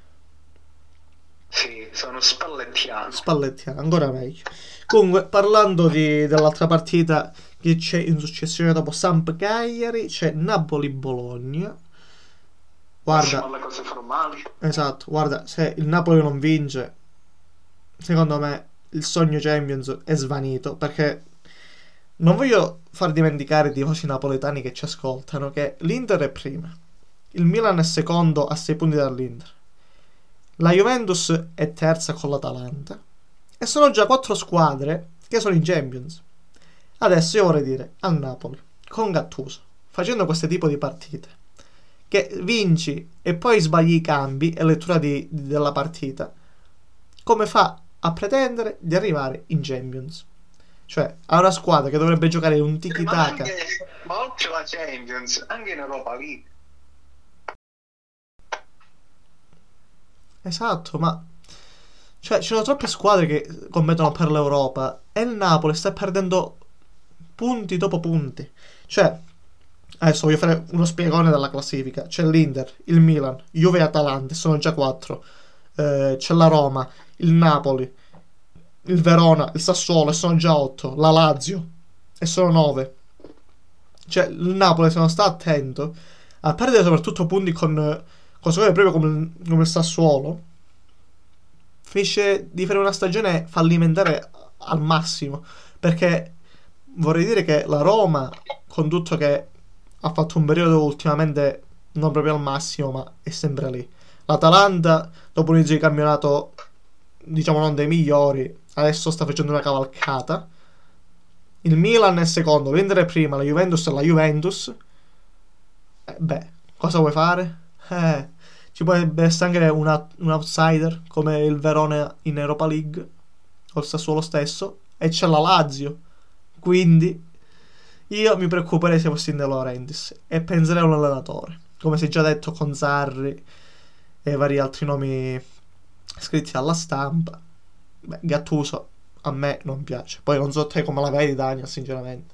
Sì, sono spallettiano. Spallettiano, ancora meglio. Comunque, parlando di, dell'altra partita che c'è in successione dopo Samp Cagliari, c'è Napoli-Bologna. Guarda, Passiamo alle cose formali. esatto, guarda, se il Napoli non vince, secondo me il sogno Champions è svanito, perché non voglio far dimenticare i tifosi napoletani che ci ascoltano che l'Inter è prima, il Milan è secondo a sei punti dall'Inter, la Juventus è terza con l'Atalanta e sono già quattro squadre che sono in Champions. Adesso io vorrei dire al Napoli, con Gattuso, facendo questo tipo di partite, che vinci e poi sbagli i cambi e lettura di, di, della partita, come fa a pretendere di arrivare in Champions? Cioè, ha una squadra che dovrebbe giocare un Ma, tiki-taka. anche, ma oltre la Champions, anche in Europa League. Esatto, ma cioè ci sono troppe squadre che competono per l'Europa e il Napoli sta perdendo punti dopo punti. Cioè, adesso voglio fare uno spiegone della classifica. C'è l'Inter, il Milan, Juve e Atalanta, sono già quattro. Eh, c'è la Roma, il Napoli, il Verona, il Sassuolo, e sono già otto. La Lazio, e sono nove. Cioè, il Napoli, se non sta attento, a perdere soprattutto punti con, con squadre proprio come, come il Sassuolo, finisce di fare una stagione fallimentare al massimo. Perché vorrei dire che la Roma, con tutto che ha fatto un periodo ultimamente non proprio al massimo, ma è sempre lì. L'Atalanta, dopo un inizio di campionato, diciamo non dei migliori, adesso sta facendo una cavalcata. Il Milan è secondo, l'Inter è prima, la Juventus è la Juventus. Eh, beh, cosa vuoi fare? Eh, ci potrebbe essere anche una, un outsider come il Verona in Europa League, o il Sassuolo stesso, e c'è la Lazio. Quindi io mi preoccuperei se fossi in De Laurentiis e penserei a un allenatore, come si è già detto con Sarri e vari altri nomi scritti alla stampa. Beh, Gattuso a me non piace. Poi non so te come la vedi, Daniel, sinceramente.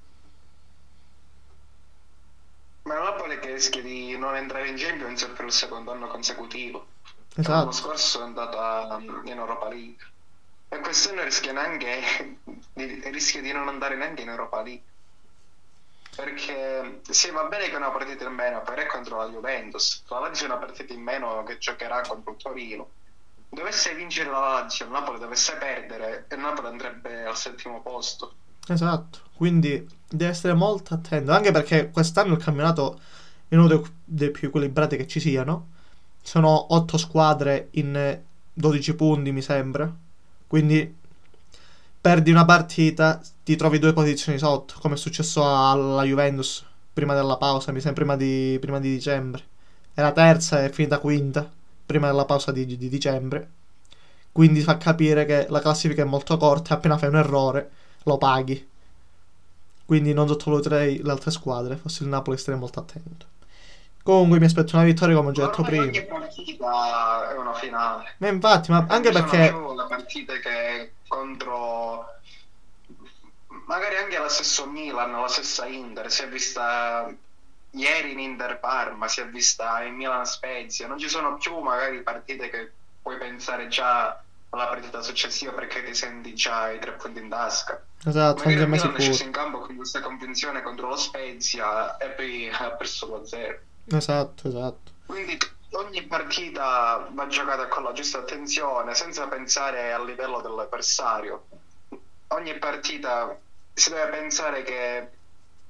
Ma Napoli che rischia di non entrare in Champions per il secondo anno consecutivo. Esatto. L'anno scorso è andata in Europa League e quest'anno rischia neanche di, rischia di non andare neanche in Europa League, perché sì, va bene che è una partita in meno, però è contro la Juventus. La Lazio è una partita in meno che giocherà contro il Torino. Dovesse vincere la Lazio, il Napoli dovesse perdere e il Napoli andrebbe al settimo posto. Esatto, quindi deve essere molto attento, anche perché quest'anno il campionato è uno dei, dei più equilibrati che ci siano. Sono otto squadre in dodici punti, mi sembra. Quindi perdi una partita, ti trovi due posizioni sotto, come è successo alla Juventus prima della pausa, mi sembra prima di, prima di dicembre. Era terza e è finita quinta prima della pausa di, di dicembre. Quindi fa capire che la classifica è molto corta, appena fai un errore lo paghi. Quindi non sottovaluterei le altre squadre, fossi il Napoli starei molto attento. Comunque mi aspetto una vittoria, come ho già detto prima. Ogni partita è una finale. Ma infatti, ma anche Ci perché sono più le partite che contro magari anche la stessa Milan, la stessa Inter, si è vista ieri in Inter Parma, si è vista in Milan Spezia. Non ci sono più magari partite che puoi pensare già alla partita successiva perché ti senti già i tre punti in tasca. esatto, Magari non il sei mai Milan è sceso sicuro. in campo con questa convinzione contro lo Spezia e poi ha perso due a zero. Esatto, esatto. Quindi ogni partita va giocata con la giusta attenzione, senza pensare al livello dell'avversario. Ogni partita si deve pensare che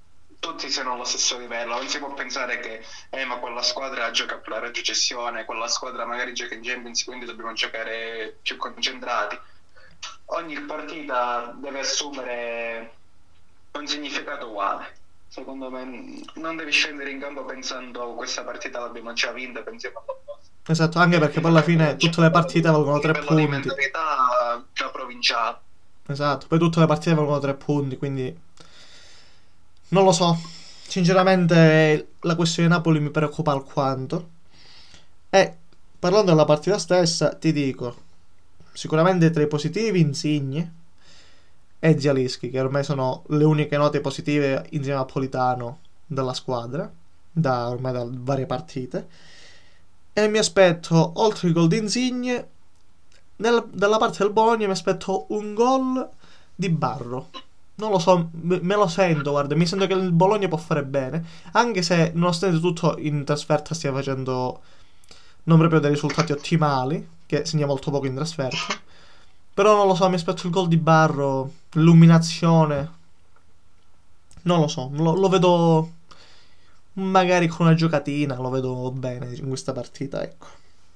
tutti siano allo stesso livello. Non si può pensare che eh, ma quella squadra gioca per la retrocessione, quella squadra magari gioca in Champions, quindi dobbiamo giocare più concentrati. Ogni partita deve assumere un significato uguale. Secondo me non devi scendere in campo pensando questa partita l'abbiamo già vinta, pensiamo alla prossima. Esatto, anche perché poi alla fine tutte le partite valgono tre livello di punti. mentalità da provinciale. Esatto, poi tutte le partite valgono tre punti, quindi non lo so. Sinceramente la questione Napoli mi preoccupa alquanto. E parlando della partita stessa, ti dico, sicuramente tra i positivi Insigne e Zielinski, che ormai sono le uniche note positive insieme a Politano della squadra, da ormai da varie partite. E mi aspetto, oltre il gol di Insigne, nel, dalla parte del Bologna mi aspetto un gol di Barro. Non lo so, me, me lo sento, guarda, mi sento che il Bologna può fare bene, anche se nonostante tutto in trasferta stia facendo non proprio dei risultati ottimali, che segna molto poco in trasferta. Però non lo so, mi aspetto il gol di Barro, l'illuminazione. Non lo so, lo, lo vedo magari con una giocatina, lo vedo bene in questa partita, ecco.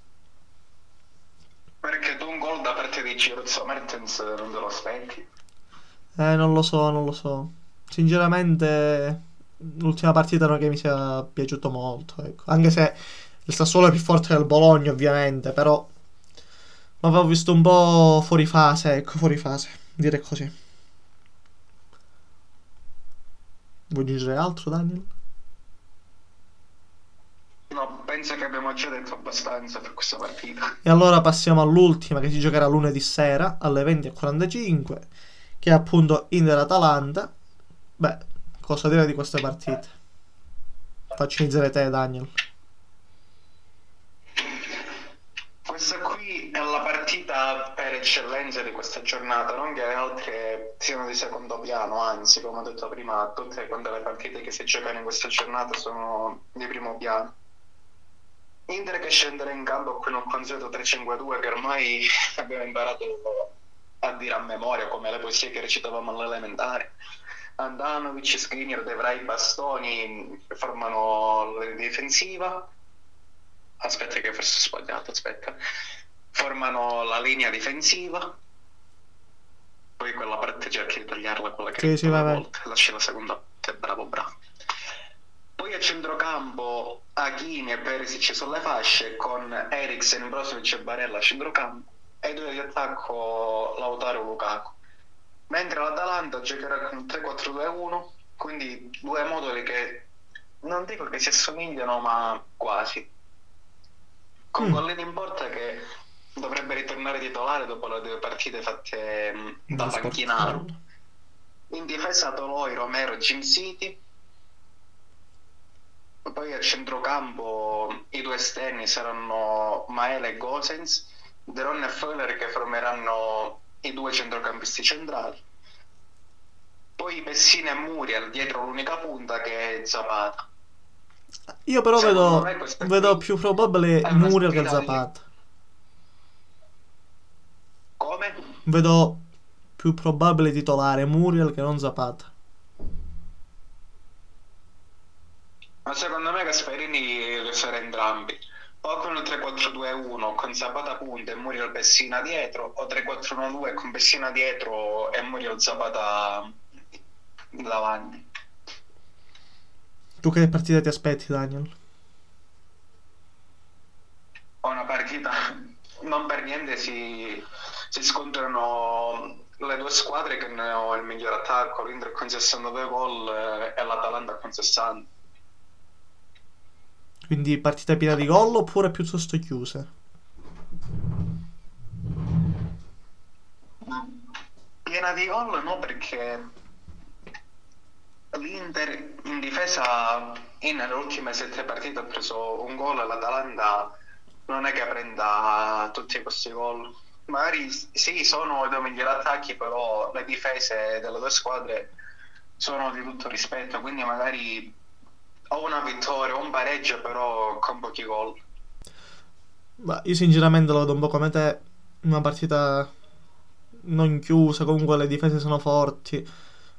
Perché tu un gol da parte di Cirozzo Mertens non te lo aspetti? Eh, non lo so, non lo so. Sinceramente, l'ultima partita non è che mi sia piaciuto molto, ecco. Anche se il Sassuolo è più forte del Bologna, ovviamente, però l'avevo visto un po' fuori fase, ecco, fuori fase, dire così. Vuoi aggiungere altro, Daniel? No, penso che abbiamo già detto abbastanza per questa partita. E allora passiamo all'ultima, che si giocherà lunedì sera alle venti e quarantacinque, che è appunto Inter-Atalanta. Beh, cosa dire di queste partite? Facci iniziare te, Daniel. Questa qui è la partita per eccellenza di questa giornata, non che le altre siano di secondo piano, anzi, come ho detto prima, tutte quante le partite che si giocano in questa giornata sono di primo piano. Inter che scenderà in campo con un consueto tre cinque due che ormai abbiamo imparato a dire a memoria, come le poesie che recitavamo all'elementare. Andanovic, Skriniar, De Vrij, Bastoni formano la difensiva. Aspetta che forse ho sbagliato, aspetta. Formano la linea difensiva. Poi quella parte cerchi di tagliarla, quella che Sì, sì, vai, vai. volte. Lasci la seconda parte, bravo, bravo. Poi a centrocampo Hakimi e Perisic sulle fasce, con Eriksen, Brozovic e Barella a centrocampo, e due di attacco Lautaro e Lukaku. Mentre l'Atalanta giocherà con tre quattro due uno, quindi due moduli che non dico che si assomigliano, ma quasi. Con Mm. Collini in porta che dovrebbe ritornare titolare dopo le due partite fatte mh, da Da panchinaro. sportello. In difesa Toloi, Romero e Jim City. Poi a centrocampo i due esterni saranno Maele e Gosens, De Ron e Feuler che formeranno i due centrocampisti centrali. Poi Pessina e Muriel dietro l'unica punta che è Zapata. Io però Secondo vedo, me questa vedo qui più probabile è una Muriel che sfida di- Zapata. Come? Vedo più probabile titolare Muriel che non Zapata. Ma secondo me Gasperini lo sarà entrambi. O con il tre quattro due uno con Zapata punta e Muriel Pessina dietro, o tre quattro uno due con Pessina dietro e Muriel Zapata davanti. Tu che partita ti aspetti, Daniel? Ho una partita, non per niente si, si scontrano le due squadre che hanno il miglior attacco, l'Inter con sessantanove gol eh, e l'Atalanta con sessanta. Quindi partita piena di gol oppure piuttosto chiuse? Piena di gol no, perché l'Inter in difesa in nelle ultime sette partite ha preso un gol e l'Atalanta non è che prenda tutti questi gol. Magari sì, sono i due migliori attacchi, però le difese delle due squadre sono di tutto rispetto, quindi magari o una vittoria o un pareggio, però con pochi gol. Ma io sinceramente lo vedo un po' come te, una partita non chiusa, comunque le difese sono forti.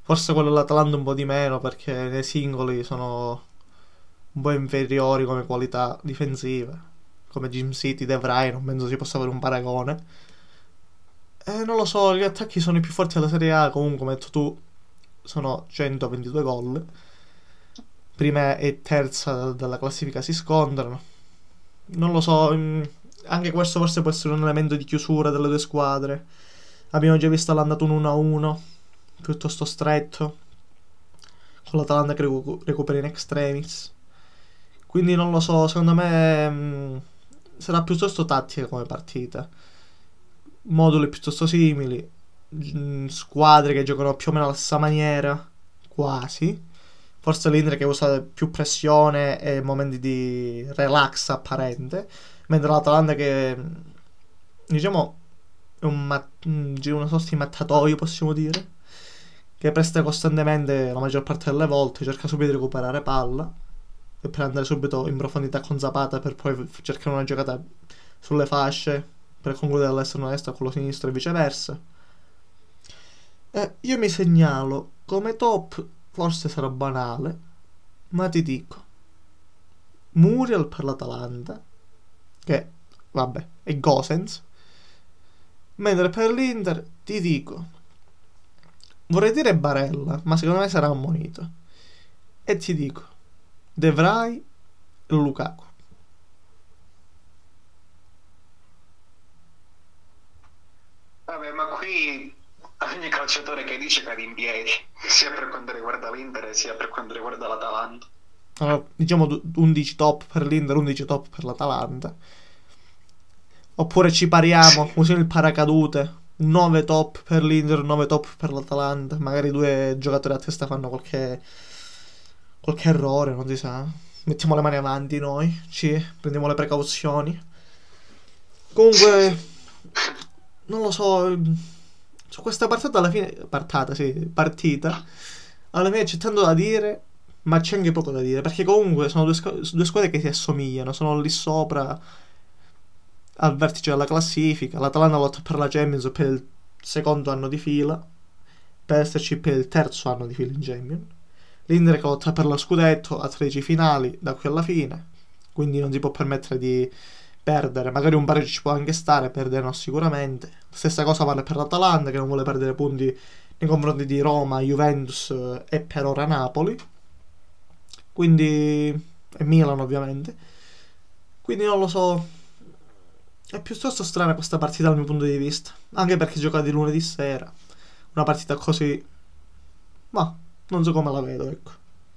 Forse quello dell'Atalanta un po' di meno, perché nei singoli sono un po' inferiori come qualità difensive. Come Jim City, De Vrij, non penso si possa avere un paragone. Eh, non lo so, gli attacchi sono i più forti della Serie A, comunque, come hai detto tu, sono centoventidue gol. Prima e terza della classifica si scontrano. Non lo so, mh, anche questo forse può essere un elemento di chiusura delle due squadre. Abbiamo già visto l'andata un uno a uno, piuttosto stretto, con l'Atalanta che recu- recupera in extremis. Quindi non lo so, secondo me mh, sarà piuttosto tattica come partita. Moduli piuttosto simili, mh, squadre che giocano più o meno alla stessa maniera, quasi. Forse l'Inter che usa più pressione e momenti di relax apparente, mentre l'Atalanta che, diciamo, è un ma- una sorta di mattatoio, possiamo dire, che presta costantemente la maggior parte delle volte, cerca subito di recuperare palla e per andare subito in profondità con Zapata per poi cercare una giocata sulle fasce per concludere all'esterno destro con lo sinistro e viceversa. Eh, io mi segnalo come top, forse sarà banale, ma ti dico Muriel per l'Atalanta, che vabbè è Gosens, mentre per l'Inter ti dico, vorrei dire Barella, ma secondo me sarà ammonito, e ti dico De Vrij e Lukaku. Vabbè, ma qui ogni calciatore che dice cade in piedi, sia per quanto riguarda l'Inter sia per quanto riguarda l'Atalanta. Allora, diciamo du- undici top per l'Inter, undici top per l'Atalanta. Oppure ci pariamo, Sì. usiamo il paracadute, nove top per l'Inter, nove top per l'Atalanta. Magari due giocatori a testa fanno qualche qualche errore, non si sa. Mettiamo le mani avanti noi, ci prendiamo le precauzioni. Comunque, non lo so, su questa partita alla fine, partata, sì, partita, alla fine c'è tanto da dire, ma c'è anche poco da dire, perché comunque sono due, squ- due squadre che si assomigliano, sono lì sopra al vertice della classifica. L'Atalanta lotta per la Champions per il secondo anno di fila, per esserci per il terzo anno di fila in Champions. L'Inter che lotta per lo scudetto a tredici finali da qui alla fine, quindi non si può permettere di perdere. Magari un pareggio ci può anche stare, perdere no sicuramente. Stessa cosa vale per l'Atalanta che non vuole perdere punti nei confronti di Roma, Juventus eh, e per ora Napoli, quindi e Milan ovviamente. Quindi non lo so, è piuttosto strana questa partita dal mio punto di vista, anche perché gioca di lunedì sera, una partita così, ma non so come la vedo, ecco.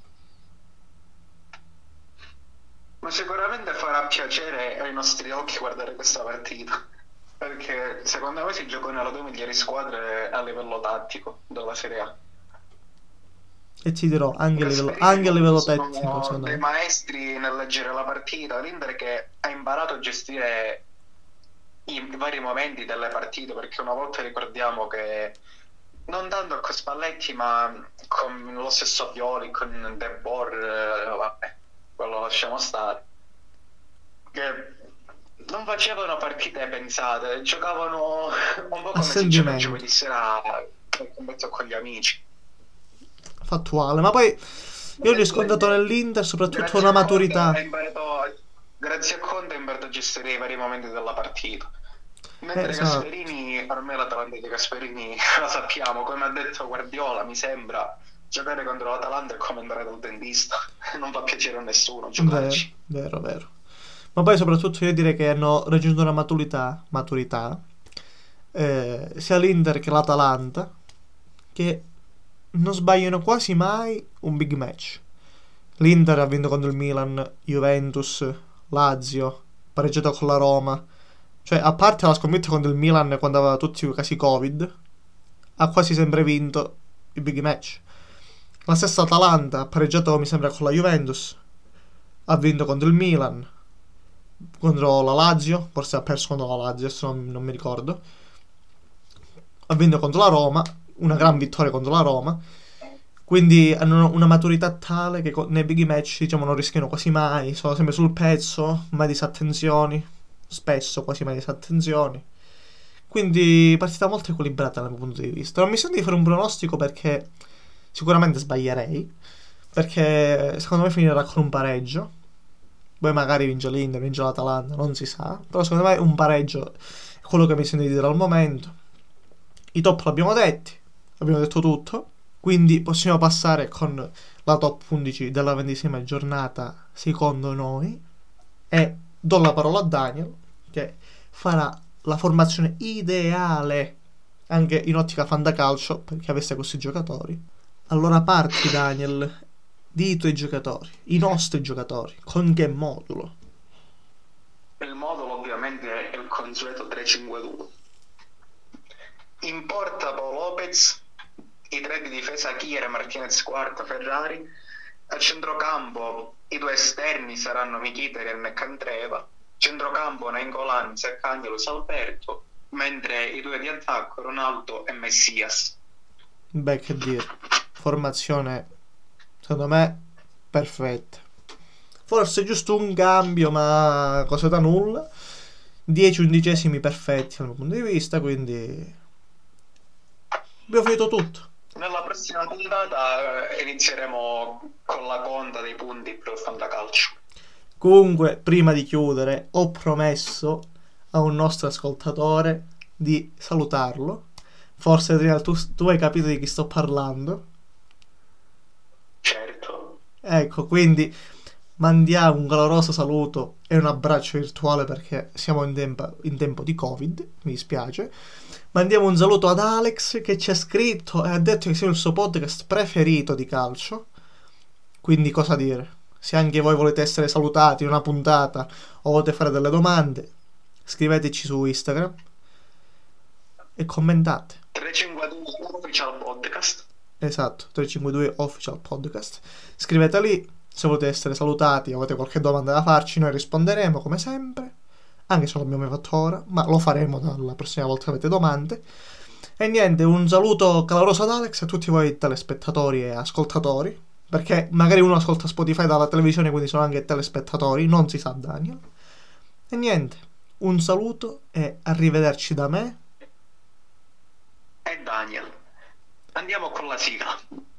Ma sicuramente farà piacere ai nostri occhi guardare questa partita, perché secondo me si giocano le due migliori squadre a livello tattico della Serie A. E ti dirò, anche a livello, Gasperini anche a livello sono tecnico, secondo dei me. maestri nel leggere la partita. L'Inter che ha imparato a gestire i vari momenti delle partite, perché una volta ricordiamo che non tanto con Spalletti ma con lo stesso Pioli, con De Boer, eh, vabbè, quello lasciamo stare, che non facevano partite pensate, giocavano un po' come si gioca il sentimento. giovedì sera con gli amici. Fattuale, ma poi io ho riscontrato nell'Inter soprattutto Grazie una a Conte maturità. ha imparato, grazie a Conte ha imparato a gestire i vari momenti della partita. Mentre Esatto. Gasperini, per me l'Atalanta di Gasperini la sappiamo, come ha detto Guardiola, mi sembra giocare contro l'Atalanta è come andare dal dentista, non fa piacere a nessuno Vero, giocarci. vero, vero. Ma poi soprattutto io direi che hanno raggiunto una maturità, maturità eh, sia l'Inter che l'Atalanta, che non sbagliano quasi mai un big match. L'Inter ha vinto contro il Milan, Juventus, Lazio, pareggiato con la Roma. Cioè, a parte la sconfitta contro il Milan quando aveva tutti i casi Covid, ha quasi sempre vinto i big match. La stessa Atalanta ha pareggiato, mi sembra, con la Juventus, ha vinto contro il Milan, contro la Lazio, forse ha perso contro la Lazio, adesso non, non mi ricordo. Ha vinto contro la Roma, una gran vittoria contro la Roma. Quindi hanno una maturità tale che co- nei big match, diciamo, non rischiano quasi mai, sono sempre sul pezzo, mai disattenzioni, spesso quasi mai disattenzioni. Quindi partita molto equilibrata dal mio punto di vista. Non mi sento di fare un pronostico perché sicuramente sbaglierei, perché secondo me finirà con un pareggio. Poi magari vince l'Inter, vince l'Atalanta, non si sa. Però secondo me un pareggio è quello che mi sento di dire al momento. I top l'abbiamo detti, abbiamo detto tutto. Quindi possiamo passare con la top undici della ventiseiesima giornata, secondo noi. E do la parola a Daniel, che farà la formazione ideale anche in ottica fantacalcio, perché avesse questi giocatori. Allora parti, Daniel, di i tuoi giocatori, i nostri giocatori, con che modulo? Il modulo ovviamente è il consueto tre cinque due. In porta Pau Lopez, i tre di difesa Chier, Martinez quarta, Ferrari. A centrocampo i due esterni saranno Mkhitaryan e Candreva. Centrocampo Nainggolan, Zaccagno, Alberto, mentre i due di attacco Ronaldo e Messias. Beh, che dire, formazione secondo me perfetta. Forse giusto un cambio, ma cosa da nulla. dieci undicesimi perfetti dal mio punto di vista, quindi abbiamo finito tutto. Nella prossima puntata eh, inizieremo con la conta dei punti per il fantacalcio. Comunque, prima di chiudere, ho promesso a un nostro ascoltatore di salutarlo. Forse Adriano, tu, tu hai capito di chi sto parlando. Certo. Ecco, quindi mandiamo un caloroso saluto e un abbraccio virtuale perché siamo in tempo, in tempo di Covid, mi dispiace. Mandiamo un saluto ad Alex che ci ha scritto e ha detto che sia il suo podcast preferito di calcio. Quindi cosa dire? Se anche voi volete essere salutati in una puntata o volete fare delle domande, scriveteci su Instagram e commentate. tre cinque due Official Podcast. Esatto, tre cinque due Official Podcast. Scrivete lì se volete essere salutati o avete qualche domanda da farci, noi risponderemo come sempre, anche se non l'abbiamo mai fatto ora, ma lo faremo dalla prossima volta che avete domande. E niente, un saluto caloroso ad Alex e a tutti voi telespettatori e ascoltatori, perché magari uno ascolta Spotify dalla televisione, quindi sono anche telespettatori, non si sa, Daniel. E niente, un saluto e arrivederci da me E Daniel. Andiamo con la sigla.